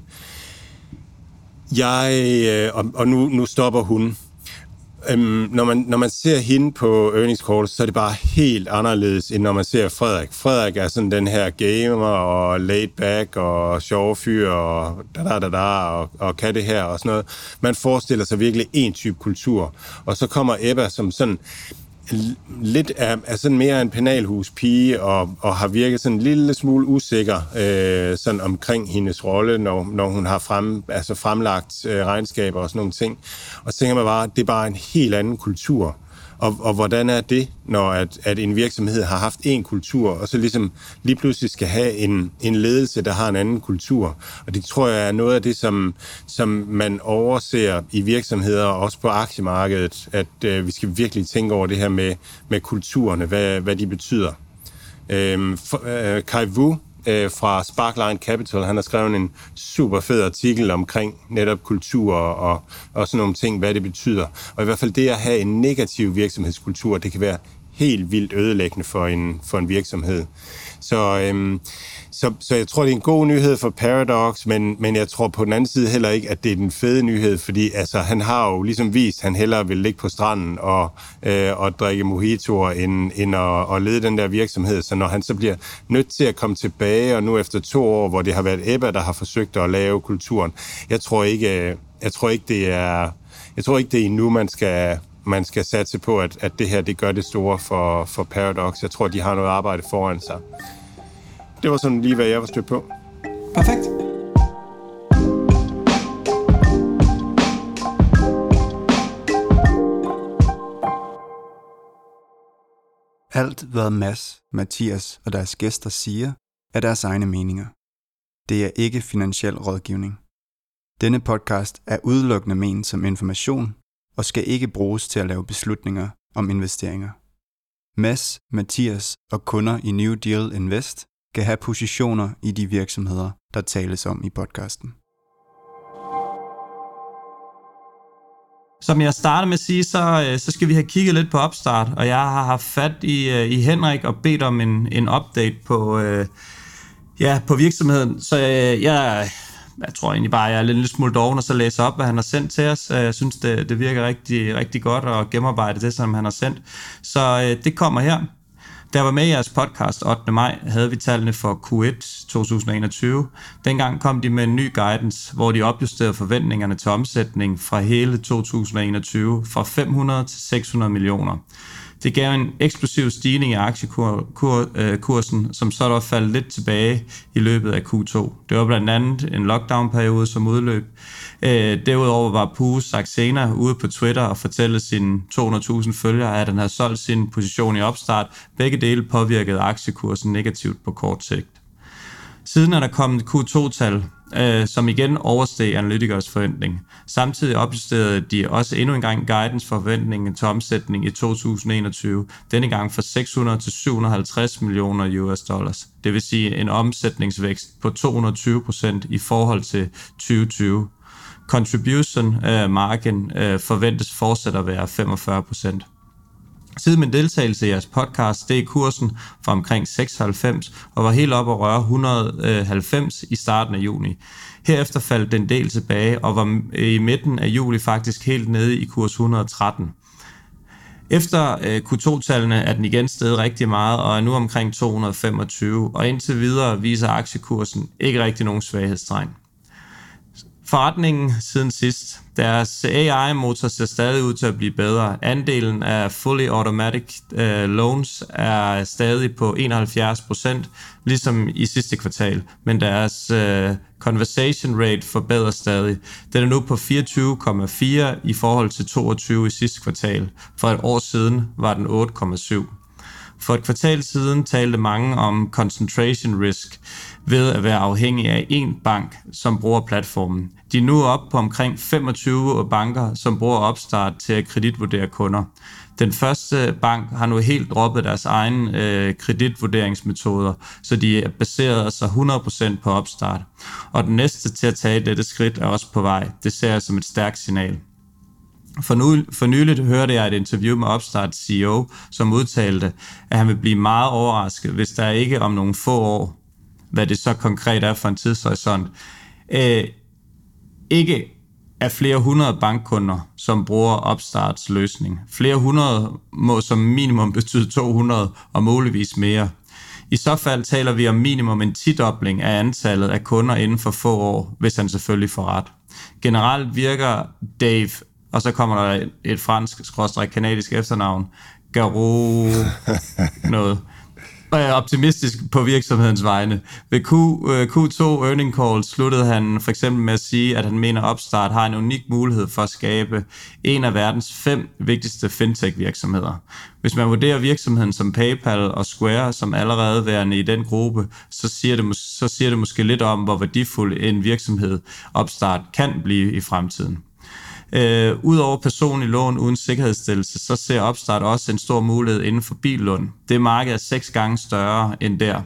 C: Jeg, og, og nu, nu stopper hun. Øhm, når, man, når man ser hende på earnings calls, så er det bare helt anderledes, end når man ser Frederik. Frederik er sådan den her gamer og laid back og sjove fyr og da da da da og, og kan det her og sådan noget. Man forestiller sig virkelig en type kultur. Og så kommer Ebba som sådan lidt af, af sådan mere en penalhuspige og, og har virket sådan en lille smule usikker øh, sådan omkring hendes rolle, når, når hun har frem, altså fremlagt øh, regnskaber og sådan nogle ting. Og så tænker man bare, at det er bare en helt anden kultur. Og, og hvordan er det, når at, at en virksomhed har haft en kultur, og så ligesom lige pludselig skal have en, en ledelse, der har en anden kultur. Og det tror jeg er noget af det, som, som man overser i virksomheder, og også på aktiemarkedet, at øh, vi skal virkelig tænke over det her med, med kulturerne, hvad, hvad de betyder. Øhm, for, øh, Kai Wu øh, fra Sparkline Capital. Han har skrevet en super fed artikel omkring netop kultur og, og sådan nogle ting, hvad det betyder. Og i hvert fald det at have en negativ virksomhedskultur, det kan være helt vildt ødelæggende for en, for en virksomhed. Så, øhm, så, så jeg tror, det er en god nyhed for Paradox, men, men jeg tror på den anden side heller ikke, at det er den fede nyhed, fordi altså, han har jo ligesom vist, at han hellere vil ligge på stranden og, øh, og drikke mojitoer, end, end at, at lede den der virksomhed. Så når han så bliver nødt til at komme tilbage, og nu efter to år, hvor det har været Ebba, der har forsøgt at lave kulturen, jeg tror ikke, jeg tror ikke det er, jeg tror ikke, det er endnu, man skal... man skal satse på, at, at det her det gør det store for, for Paradox. Jeg tror, de har noget arbejde foran sig. Det var sådan lige, hvad jeg var stødt på.
B: Perfekt.
A: Alt, hvad Mads, Mathias og deres gæster siger, er deres egne meninger. Det er ikke finansiel rådgivning. Denne podcast er udelukkende ment som information, og skal ikke bruges til at lave beslutninger om investeringer. Mads, Mathias og kunder i New Deal Invest kan have positioner i de virksomheder, der tales om i podcasten.
B: Som jeg startede med at sige, så, så skal vi have kigget lidt på Upstart, og jeg har haft fat i, i Henrik og bedt om en, en update på, øh, ja, på virksomheden. Så øh, jeg... Jeg tror egentlig bare, at jeg er lidt, lidt smule doven, og så læser op, hvad han har sendt til os. Jeg synes, det, det virker rigtig, rigtig godt at gennemarbejde det, som han har sendt. Så øh, det kommer her. Da jeg var med i jeres podcast ottende maj, havde vi tallene for Q et to tusind og enogtyve. Dengang kom de med en ny guidance, hvor de opjusterede forventningerne til omsætning fra hele to tusind og enogtyve fra fem hundrede til seks hundrede millioner. Det gav en eksplosiv stigning i aktiekursen, som så der faldt lidt tilbage i løbet af Q to. Det var blandt andet en lockdown-periode som udløb. Derudover var Pooh sagt senere ude på Twitter og fortælle sine to hundrede tusind følgere, at han havde solgt sin position i Upstart. Begge dele påvirkede aktiekursen negativt på kort sigt. Siden er der kommet Q to-tal, øh, som igen oversteg analytikers forventning. Samtidig opjusterede de også endnu en gang guidance for forventningen til omsætning i to tusind og enogtyve, denne gang fra seks hundrede til syv hundrede og halvtreds millioner U S dollars. Det vil sige en omsætningsvækst på to hundrede og tyve procent i forhold til tyve tyve. Contribution øh, margin øh, forventes fortsat at være femogfyrre procent. Siden min deltagelse i jeres podcast steg kursen fra omkring seksoghalvfems og var helt op at røre et hundrede og halvfems i starten af juni. Herefter faldt den del tilbage og var i midten af juli faktisk helt nede i kurs et hundrede og tretten. Efter Q to-tallene er den igen steget rigtig meget og er nu omkring to hundrede og femogtyve, og indtil videre viser aktiekursen ikke rigtig nogen svaghedstegn. Forretningen siden sidst. Deres A I-motor ser stadig ud til at blive bedre. Andelen af fully automatic uh, loans er stadig på enoghalvfjerds procent, ligesom i sidste kvartal. Men deres uh, conversation rate forbedrer stadig. Den er nu på fireogtyve komma fire i forhold til toogtyve i sidste kvartal. For et år siden var den otte komma syv. For et kvartal siden talte mange om concentration risk ved at være afhængig af én bank, som bruger platformen. De er nu oppe på omkring femogtyve banker, som bruger Upstart til at kreditvurdere kunder. Den første bank har nu helt droppet deres egen øh, kreditvurderingsmetoder, så de er baseret sig hundrede procent på Upstart. Og den næste til at tage dette skridt er også på vej. Det ser jeg som et stærkt signal. For, nu, for nyligt hørte jeg et interview med Upstart C E O, som udtalte, at han vil blive meget overrasket, hvis der ikke om nogle få år, hvad det så konkret er for en tidshorisont, øh, ikke er flere hundrede bankkunder, som bruger Upstarts løsning. Flere hundrede må som minimum betyde to hundrede og muligvis mere. I så fald taler vi om minimum en tidobling af antallet af kunder inden for få år, hvis han selvfølgelig får ret. Generelt virker Dave, og så kommer der et fransk, skråstreg kanadisk efternavn, Garou noget, og jeg er optimistisk på virksomhedens vegne. Ved Q, Q to earning call sluttede han for eksempel med at sige, at han mener, at Upstart har en unik mulighed for at skabe en af verdens fem vigtigste fintech-virksomheder. Hvis man vurderer virksomheden som PayPal og Square som allerede værende i den gruppe, så siger det, så siger det måske lidt om, hvor værdifuld en virksomhed Upstart kan blive i fremtiden. Øh, Udover personlig lån uden sikkerhedsstillelse, så ser Upstart også en stor mulighed inden for billån. Det marked er seks gange større end der,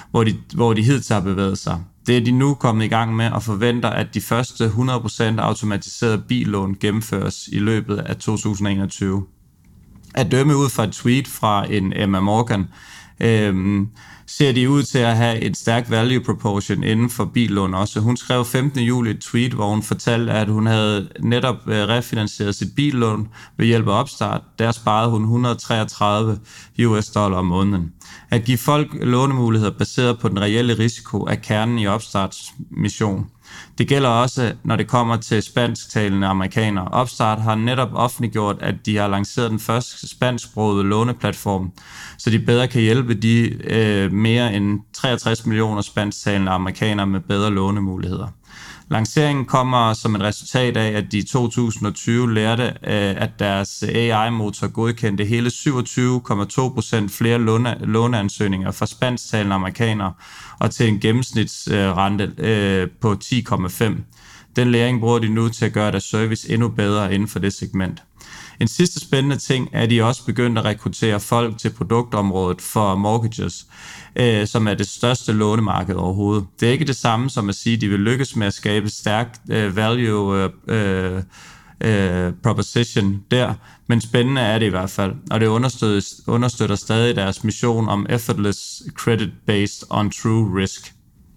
B: hvor de, hvor de hidtil har bevæget sig. Det er de nu kommet i gang med og forventer, at de første hundrede procent automatiserede billån gennemføres i løbet af to tusind og enogtyve. At dømme ud fra et tweet fra en Emma Morgan, øhm, ser de ud til at have et stærkt value proportion inden for billån også. Hun skrev femtende juli et tweet, hvor hun fortalte, at hun havde netop refinansieret sit billån ved hjælp af Opstart. Der sparede hun et hundrede og treogtredive U S dollar om måneden. At give folk lånemuligheder baseret på den reelle risiko er kernen i Opstarts mission. Det gælder også, når det kommer til spansktalende amerikanere. Opstart har netop offentliggjort, at de har lanceret den første spansksprogede låneplatform, så de bedre kan hjælpe de øh, mere end treogtres millioner spansktalende amerikanere med bedre lånemuligheder. Lanceringen kommer som et resultat af, at de i to tusind og tyve lærte, øh, at deres A I-motor godkendte hele syvogtyve komma to procent flere låne, låneansøgninger fra spansktalende amerikanere og til en gennemsnitsrente øh, på ti komma fem. Den læring bruger de nu til at gøre deres service endnu bedre inden for det segment. En sidste spændende ting er, at de også begyndt at rekruttere folk til produktområdet for mortgages, øh, som er det største lånemarked overhovedet. Det er ikke det samme som at sige, at de vil lykkes med at skabe stærkt øh, value øh, øh, proposition der, men spændende er det i hvert fald, og det understøtter, understøtter stadig deres mission om effortless credit based on true risk.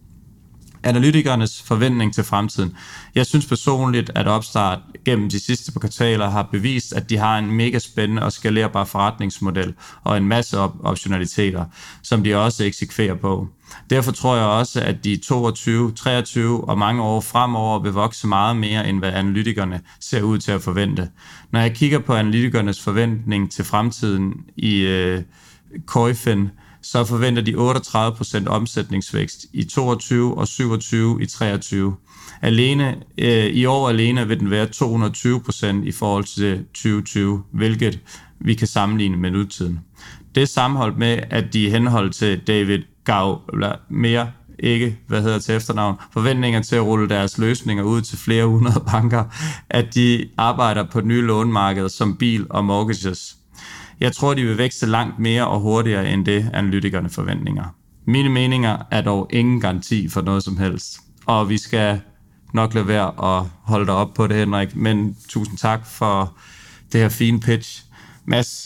B: Analytikernes forventning til fremtiden. Jeg synes personligt, at Opstart gennem de sidste par kvartaler har bevist, at de har en mega spændende og skalerbar forretningsmodel og en masse op- optionaliteter, som de også eksekverer på. Derfor tror jeg også, at de toogtyve, treogtyve og mange år fremover vil vokse meget mere, end hvad analytikerne ser ud til at forvente. Når jeg kigger på analytikernes forventning til fremtiden i øh, Koifin, så forventer de otteogtredive procent omsætningsvækst i toogtyve og syvogtyve i treogtyve. Alene, øh, I år alene vil den være to hundrede og tyve procent i forhold til tyve tyve, hvilket vi kan sammenligne med nutiden. Det er sammenholdt med, at de i henhold til David Gaulemer, ikke hvad hedder til efternavn, forventninger til at rulle deres løsninger ud til flere hundrede banker, at de arbejder på nye lånemarkeder som bil og mortgages. Jeg tror, de vil vækste langt mere og hurtigere end det, analytikerne forventninger. Mine meninger er dog ingen garanti for noget som helst. Og vi skal nok lade være at holde dig op på det, Henrik. Men tusind tak for det her fine pitch. Mads,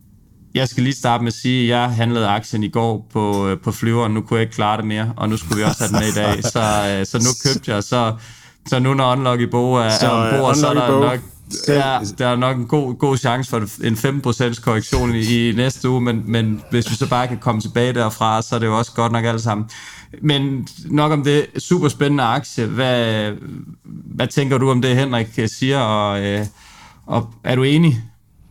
B: jeg skal lige starte med at sige, at jeg handlede aktien i går på, på flyveren. Nu kunne jeg ikke klare det mere, og nu skulle vi også have den med i dag. Så, så nu købte jeg. Så, så nu når Unlock i Bo er, er ombord, så er der nok... Ja, der er nok en god, god chance for en femten procent korrektion i, i næste uge, men, men hvis vi så bare kan komme tilbage derfra, så er det jo også godt nok alt sammen. Men nok om det super spændende aktie. Hvad, hvad tænker du om det, Henrik siger, og, øh, og er du enig?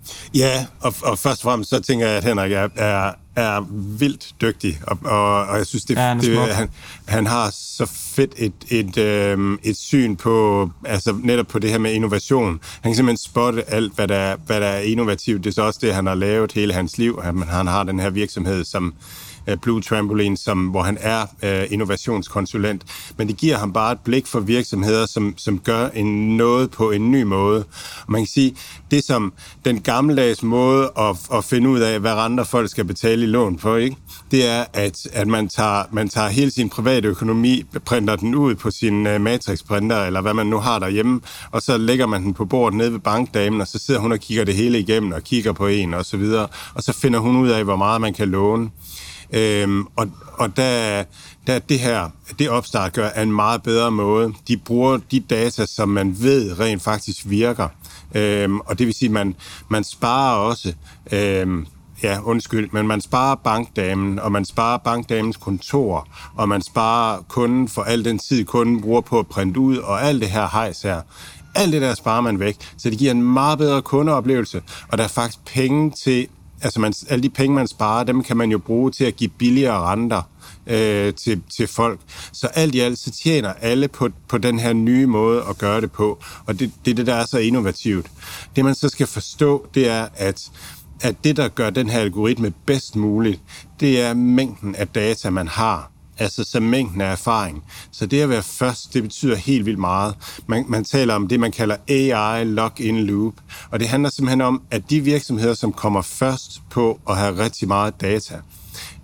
C: Ja, og, og først og fremmest så tænker jeg, at Henrik er, er, er vildt dygtig, og, og, og jeg synes, det, ja, det, han, han har så fedt et, et, øh, et syn på, altså netop på det her med innovation. Han kan simpelthen spotte alt, hvad der, hvad der er innovativt. Det er så også det, han har lavet hele hans liv. Han, han har den her virksomhed som Blue Trampoline, som, hvor han er øh, innovationskonsulent. Men det giver ham bare et blik for virksomheder, som, som gør en, noget på en ny måde. Og man kan sige, det som den gammeldags måde at, at finde ud af, hvad andre folk skal betale i lån på, ikke? Det er, at, at man, tager, man tager hele sin private økonomi, printer den ud på sin uh, matrixprinter, eller hvad man nu har derhjemme, og så lægger man den på bordet nede ved bankdamen, og så sidder hun og kigger det hele igennem, og kigger på en, og så videre. Og så finder hun ud af, hvor meget man kan låne. Øhm, og og der, der det her, det Opstart gør er en meget bedre måde. De bruger de data, som man ved rent faktisk virker. Øhm, og det vil sige, at man, man sparer også, øhm, ja undskyld, men man sparer bankdamen, og man sparer bankdamens kontor, og man sparer kunden for al den tid, kunden bruger på at printe ud, og alt det her hejs her. Alt det der sparer man væk, så det giver en meget bedre kundeoplevelse, og der er faktisk penge til. Altså man, alle de penge, man sparer, dem kan man jo bruge til at give billigere renter øh, til, til folk. Så alt i alt, så tjener alle på, på den her nye måde at gøre det på. Og det, det er det, der er så innovativt. Det man så skal forstå, det er, at, at det, der gør den her algoritme bedst muligt, det er mængden af data, man har. Altså så mængden af erfaring. Så det at være først, det betyder helt vildt meget. Man, man taler om det, man kalder A I lock-in loop. Og det handler simpelthen om, at de virksomheder, som kommer først på at have rigtig meget data,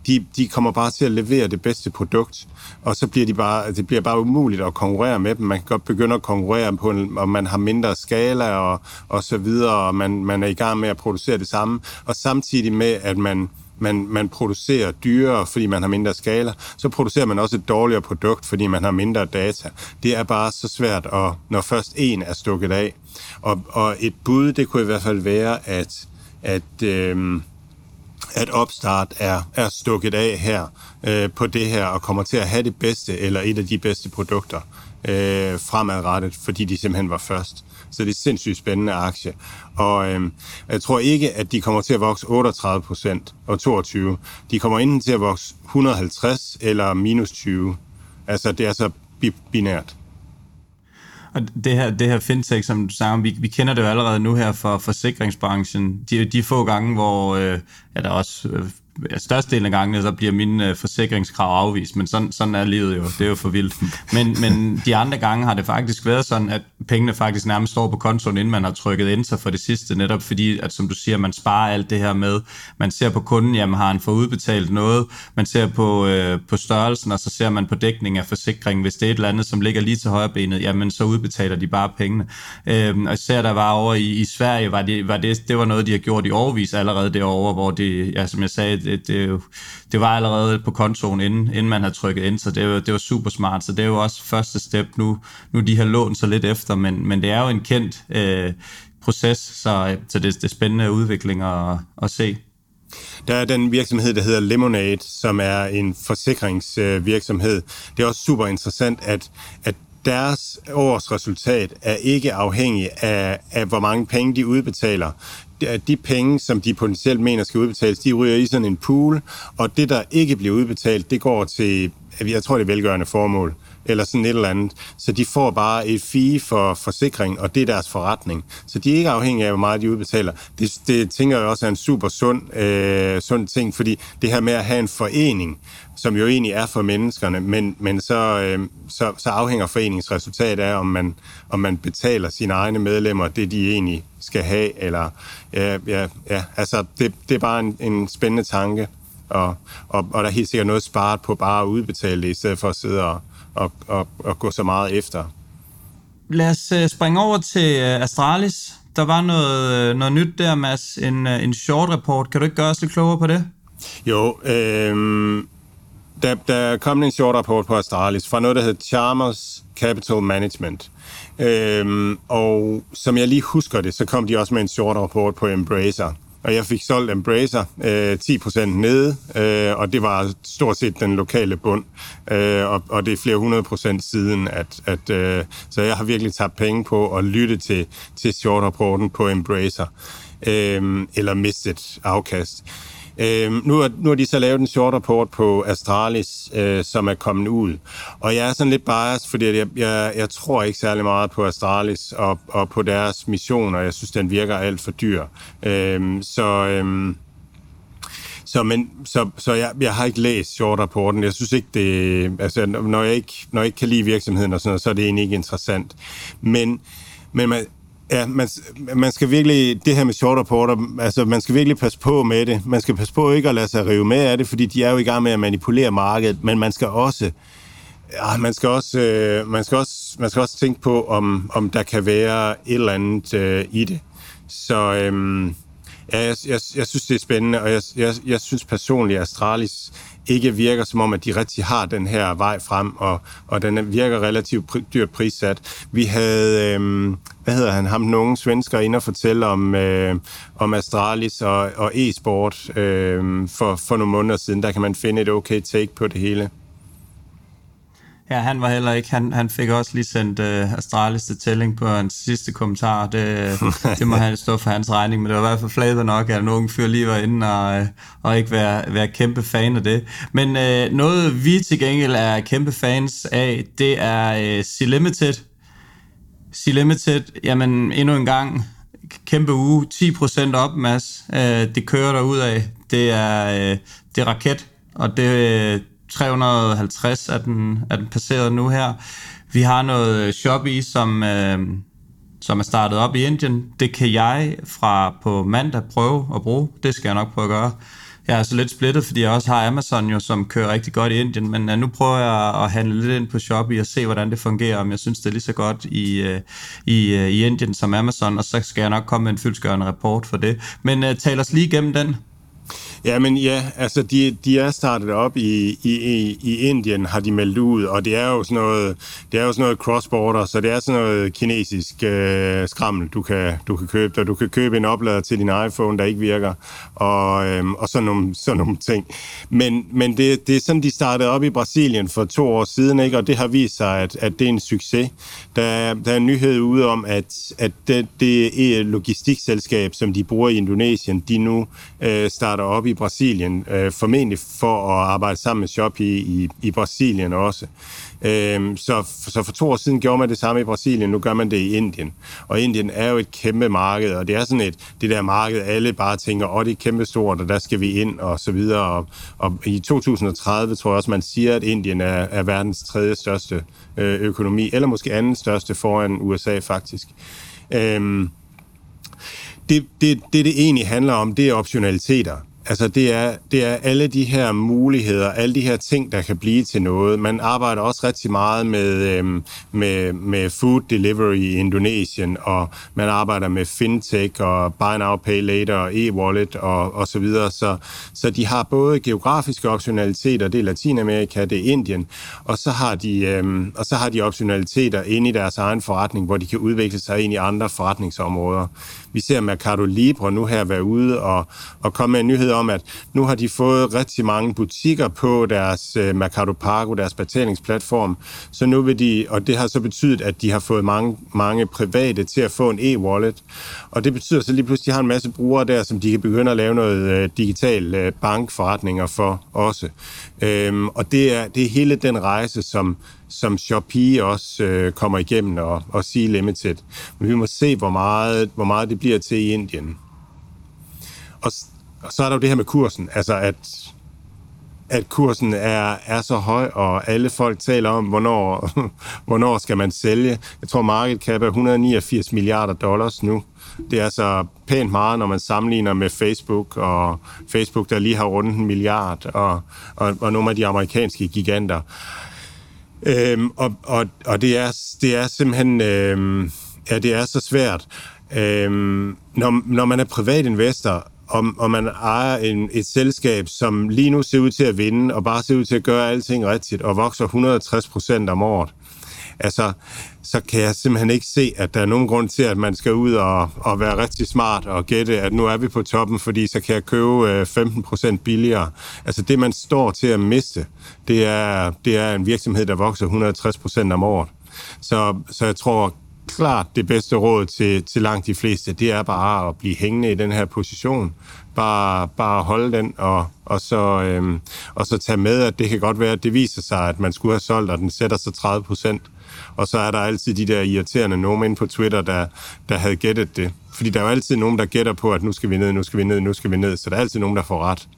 C: de, de kommer bare til at levere det bedste produkt, og så bliver de bare, det bliver bare umuligt at konkurrere med dem. Man kan godt begynde at konkurrere på, en, og man har mindre skala og, og så videre, og man, man er i gang med at producere det samme, og samtidig med, at man Man, man producerer dyrere, fordi man har mindre skala, så producerer man også et dårligere produkt, fordi man har mindre data. Det er bare så svært, at, når først en er stukket af. Og, og et bud, det kunne i hvert fald være, at, at, øhm, at Upstart er, er stukket af her øh, på det her, og kommer til at have det bedste, eller et af de bedste produkter øh, fremadrettet, fordi de simpelthen var først. Så det er sindssygt spændende aktie. Og øhm, jeg tror ikke, at de kommer til at vokse otteogtredive procent og toogtyve. De kommer enten til at vokse et hundrede og halvtreds eller minus tyve. Altså, det er så binært.
B: Og det her, det her fintech, som du sagde, vi, vi kender det jo allerede nu her for forsikringsbranchen. De, de få gange, hvor øh, ja, der også... Øh, størstedelen af gangene, så bliver mine øh, forsikringskrav afvist, men sådan, sådan er livet jo, det er jo for vildt. Men, men de andre gange har det faktisk været sådan, at pengene faktisk nærmest står på kontoen, inden man har trykket enter for det sidste, netop fordi, at som du siger, man sparer alt det her med, man ser på kunden, jamen har han fået udbetalt noget, man ser på, øh, på størrelsen, og så ser man på dækning af forsikringen, hvis det er et eller andet, som ligger lige til højre benet, jamen så udbetaler de bare pengene. Øh, og især der var over i, i Sverige, var det, var det, det var noget, de har gjort i årevis allerede derovre, hvor det, ja, som jeg sagde, Det, det, det var allerede på kontoen, inden, inden man havde trykket ind, så det var, det var super smart. Så det er jo også første step nu. Nu de har lånt sig lidt efter, men, men det er jo en kendt øh, proces, så, så det, det er spændende udvikling at, at se.
C: Der er den virksomhed, der hedder Lemonade, som er en forsikringsvirksomhed. Det er også super interessant, at, at deres års resultat er ikke afhængig af, af, hvor mange penge de udbetaler. De penge, som de potentielt mener skal udbetales, de ryger i sådan en pool, og det, der ikke bliver udbetalt, det går til, jeg tror, det er velgørende formål, eller sådan et eller andet. Så de får bare et fee for forsikring, og det er deres forretning. Så de er ikke afhængige af, hvor meget de udbetaler. Det, det tænker jeg også er en super sund, øh, sund ting, fordi det her med at have en forening, som jo egentlig er for menneskerne, men, men så, øh, så, så afhænger foreningsresultatet af, om man, om man betaler sine egne medlemmer det, de egentlig skal have, eller ja, ja, ja altså det, det er bare en, en spændende tanke, og, og, og der er helt sikkert noget sparet på bare at udbetale det, i stedet for at sidde og, og, og, og gå så meget efter.
B: Lad os uh, springe over til uh, Astralis. Der var noget, uh, noget nyt der, Mads, en, uh, en short report. Kan du ikke gøre os lidt klogere på det?
C: Jo, øh, der, der kom en short rapport på Astralis fra noget, der hedder Chalmers Capital Management. Øhm, og som jeg lige husker det, så kom de også med en short rapport på Embracer. Og jeg fik solgt Embracer øh, ti procent nede, øh, og det var stort set den lokale bund. Øh, og, og det er flere hundrede procent siden, at, at øh, så jeg har virkelig tabt penge på at lytte til, til short rapporten på Embracer. Øh, eller mistet afkast. Øh, nu, er, nu har de så lavet en short rapport på Astralis, øh, som er kommet ud. Og jeg er sådan lidt biased, fordi jeg, jeg, jeg tror ikke særlig meget på Astralis og, og på deres mission, og jeg synes, den virker alt for dyr. Øh, så... Øh, Så, men, så, så jeg, jeg har ikke læst short-rapporten. Jeg synes ikke, det... Altså, når jeg ikke, når jeg ikke kan lide virksomheden og sådan noget, så er det egentlig ikke interessant. Men, men man, ja, man, man skal virkelig... Det her med short-rapporter, altså, man skal virkelig passe på med det. Man skal passe på ikke at lade sig rive med af det, fordi de er jo i gang med at manipulere markedet, men man skal også... Ja, man skal også, øh, man skal også, man skal også tænke på, om, om der kan være et eller andet øh, i det. Så... Øh, Ja, jeg, jeg, jeg synes, det er spændende, og jeg, jeg, jeg synes personligt, at Astralis ikke virker som om, at de rigtig har den her vej frem, og, og den virker relativt pr- dyrt prissat. Vi havde, øh, hvad hedder han, ham den unge svensker inde og fortælle om, øh, om Astralis og, og e-sport øh, for, for nogle måneder siden. Der kan man finde et okay take på det hele.
B: Ja, han var heller ikke. Han, han fik også lige sendt uh, Astralis til tælling på hans sidste kommentar. Det, det må han stå for hans regning, men det var i hvert fald flabet nok, at nogen fyr lige var inde og, og ikke være, være kæmpe fan af det. Men uh, noget vi til gengæld er kæmpe fans af, det er uh, C-Limited. C-Limited, jamen endnu en gang, kæmpe uge, ti procent op, Mads. Uh, det kører der ud af. Det er, uh, det er raket, og det tre hundrede og halvtreds er den, er den passeret nu her. Vi har noget Shopee, som, øh, som er startet op i Indien. Det kan jeg fra på mandag prøve at bruge. Det skal jeg nok prøve at gøre. jeg er så lidt splittet, fordi jeg også har Amazon jo, som kører rigtig godt i Indien, men uh, nu prøver jeg at handle lidt ind på Shopee og se, hvordan det fungerer, om jeg synes, det er lige så godt i, uh, i, uh, i Indien som Amazon, og så skal jeg nok komme med en fyldestgørende rapport for det. Men uh, tal os lige igennem den.
C: Ja, men ja, altså de, de er startet op i, i, i Indien, har de meldt ud, og det er jo sådan noget, det er jo sådan noget cross-border, så det er sådan noget kinesisk øh, skrammel, du kan, du kan købe, og du kan købe en oplader til din iPhone, der ikke virker, og, øhm, og sådan, nogle, sådan nogle ting. Men, men det, det er sådan, de startede op i Brasilien for to år siden, ikke? Og det har vist sig, at, at det er en succes. Der, der er en nyhed ude om, at, at det, det er logistikselskab, som de bruger i Indonesien, de nu øh, starter op i Brasilien, øh, formentlig for at arbejde sammen med Shopee i, i Brasilien også. Øh, så, så for to år siden gjorde man det samme i Brasilien, nu gør man det i Indien. Og Indien er jo et kæmpe marked, og det er sådan et, det der marked, alle bare tænker, åh, det er kæmpe stort, og der skal vi ind, og så videre. Og, og i to tusind og tredive tror jeg også, man siger, at Indien er, er verdens tredje største øh, økonomi, eller måske anden største foran U S A faktisk. Øh, det, det, det, det egentlig handler om, det er optionaliteter. Altså det er, det er alle de her muligheder, alle de her ting, der kan blive til noget. Man arbejder også rigtig meget med, øhm, med, med food delivery i Indonesien, og man arbejder med fintech og buy now, pay later og e-wallet og, og så videre. Så, så de har både geografiske optionaliteter, det er Latinamerika, det er Indien, og så har de, øhm, og så har de optionaliteter inde i deres egen forretning, hvor de kan udvikle sig ind i andre forretningsområder. Vi ser Mercado Libre nu her være ude og, og komme med en nyhed om, at nu har de fået rigtig mange butikker på deres uh, Mercado Pago, deres betalingsplatform. Så nu vil de, og det har så betydet, at de har fået mange, mange private til at få en e-wallet. Og det betyder så lige pludselig, at de har en masse brugere der, som de kan begynde at lave noget uh, digital uh, bankforretninger for også. Um, og det er, det er hele den rejse, som som Shopee også øh, kommer igennem og, og Sea Limited. Men vi må se, hvor meget, hvor meget det bliver til i Indien. Og, og så er der jo det her med kursen, altså at, at kursen er, er så høj, og alle folk taler om, hvornår, hvornår skal man sælge. Jeg tror, market cap er et hundrede og niogfirs milliarder dollars nu. Det er så pænt meget, når man sammenligner med Facebook, og Facebook, der lige har rundet en milliard, og, og, og nogle af de amerikanske giganter. Øhm, og og, og det, er, det er simpelthen øhm, ja, det er så svært. Øhm, når, når man er privatinvestor, og, og man ejer en, et selskab, som lige nu ser ud til at vinde, og bare ser ud til at gøre alting rigtigt, og vokser et hundrede og tres procent om året, altså, så kan jeg simpelthen ikke se, at der er nogen grund til, at man skal ud og, og være rigtig smart og gætte, at nu er vi på toppen, fordi så kan jeg købe femten procent billigere. Altså det, man står til at miste, det er, det er en virksomhed, der vokser et hundrede og tres procent om året. Så, så jeg tror klart, det bedste råd til, til langt de fleste, det er bare at blive hængende i den her position. Bare, bare holde den, og, og, så, øhm, og så tage med, at det kan godt være, at det viser sig, at man skulle have solgt, og den sætter sig tredive procent. Og så er der altid de der irriterende nogen inde på Twitter, der, der havde gættet det. Fordi der er jo altid nogen, der gætter på, at nu skal vi ned, nu skal vi ned, nu skal vi ned. Så der er altid nogen, der får ret.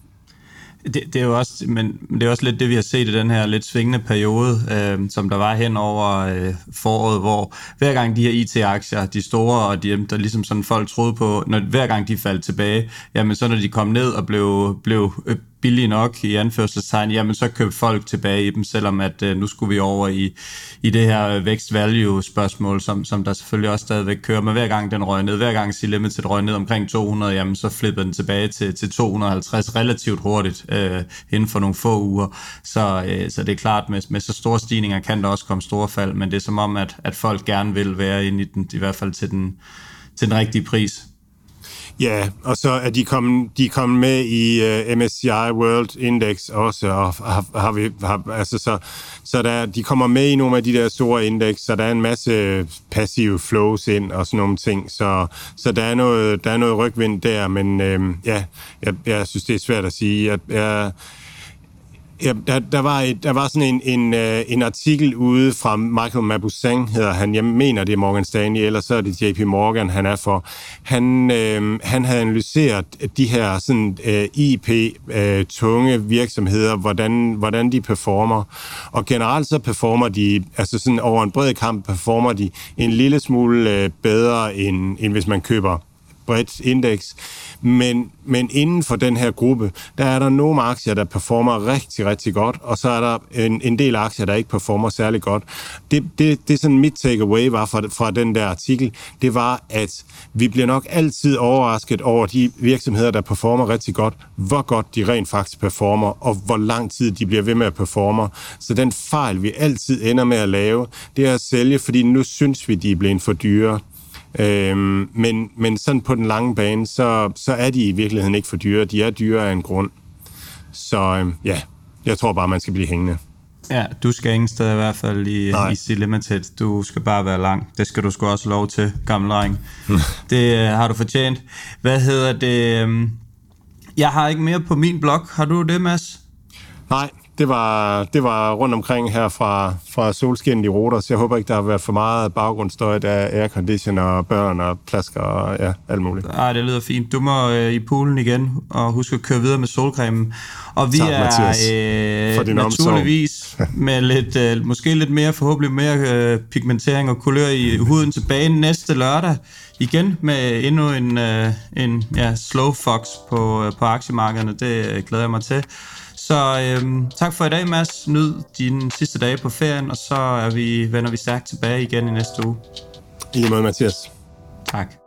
B: Det, det er jo også, men det er også lidt det, vi har set i den her lidt svingende periode, øh, som der var hen over øh, foråret, hvor hver gang de her I T-aktier, de store, og de, der ligesom sådan folk troede på, når hver gang de faldt tilbage, jamen så når de kom ned og blev, blev øh, billige nok i anførselstegn, jamen så købte folk tilbage i dem, selvom at øh, nu skulle vi over i, i det her vækst-value-spørgsmål, som, som der selvfølgelig også stadigvæk kører, men hver gang den røg ned, hver gang Sea Limited røg ned omkring to hundrede, jamen så flippede den tilbage til, til to hundrede og halvtreds relativt hurtigt øh, inden for nogle få uger. Så, øh, så det er klart, med, med så store stigninger kan der også komme store fald, men det er som om, at, at folk gerne vil være inde i den, i hvert fald til den, til den rigtige pris.
C: Ja, og så er de kommet, de er kommet med i uh, M S C I World Index også, og har, har vi, har, altså så, så der, de kommer med i nogle af de der store indeks, så der er en masse passive flows ind og sådan nogle ting, så, så der, er noget, der er noget rygvind der, men øh, ja, jeg, jeg synes, det er svært at sige. Jeg, jeg, Ja, der, der, var et, der var sådan en, en, en artikel ude fra Michael Mabusang, hedder han. Jeg mener, det er Morgan Stanley, eller så er det J P Morgan, han er for. Han, øh, han havde analyseret de her sådan, øh, I P-tunge øh, virksomheder, hvordan, hvordan de performer. Og generelt så performer de, altså sådan over en bred kamp, performer de en lille smule øh, bedre, end, end hvis man køber bredt indeks. Men, men inden for den her gruppe, der er der nogle aktier, der performer rigtig, rigtig godt, og så er der en, en del aktier, der ikke performer særlig godt. Det, det, det sådan mit takeaway var fra, fra den der artikel, det var, at vi bliver nok altid overrasket over de virksomheder, der performer rigtig godt, hvor godt de rent faktisk performer, og hvor lang tid de bliver ved med at performe. Så den fejl, vi altid ender med at lave, det er at sælge, fordi nu synes vi, de er blevet for dyre. Øhm, men, men sådan på den lange bane, så, så er de i virkeligheden ikke for dyre. De er dyre af en grund. Så øhm, ja, jeg tror bare, man skal blive hængende.
B: Ja, du skal ingen sted i hvert fald i, i C-Limited. Du skal bare være lang. Det skal du sgu også lov til, gammel dreng. Det øh, har du fortjent. Hvad hedder det? Jeg har ikke mere på min blog. Har du det, Mads?
C: Nej, det var, det var rundt omkring her fra, fra solskinnet i Rhodos. Jeg håber ikke, der har været for meget baggrundsstøj af aircondition og børn og plasker og ja, alt muligt.
B: Ej, det lyder fint. Du må øh, i poolen igen, og husk at køre videre med solcremen. Og vi tak, er øh, naturligvis med lidt, øh, måske lidt mere, forhåbentlig mere øh, pigmentering og kulør i huden tilbage næste lørdag. Igen med endnu en, øh, en ja, slow fox på, øh, på aktiemarkederne. Det glæder jeg mig til. Så øhm, tak for i dag, Mads. Nyd dine sidste dage på ferien, og så er vi, vender vi stærkt tilbage igen i næste uge.
C: I lige måde, Mathias.
B: Tak.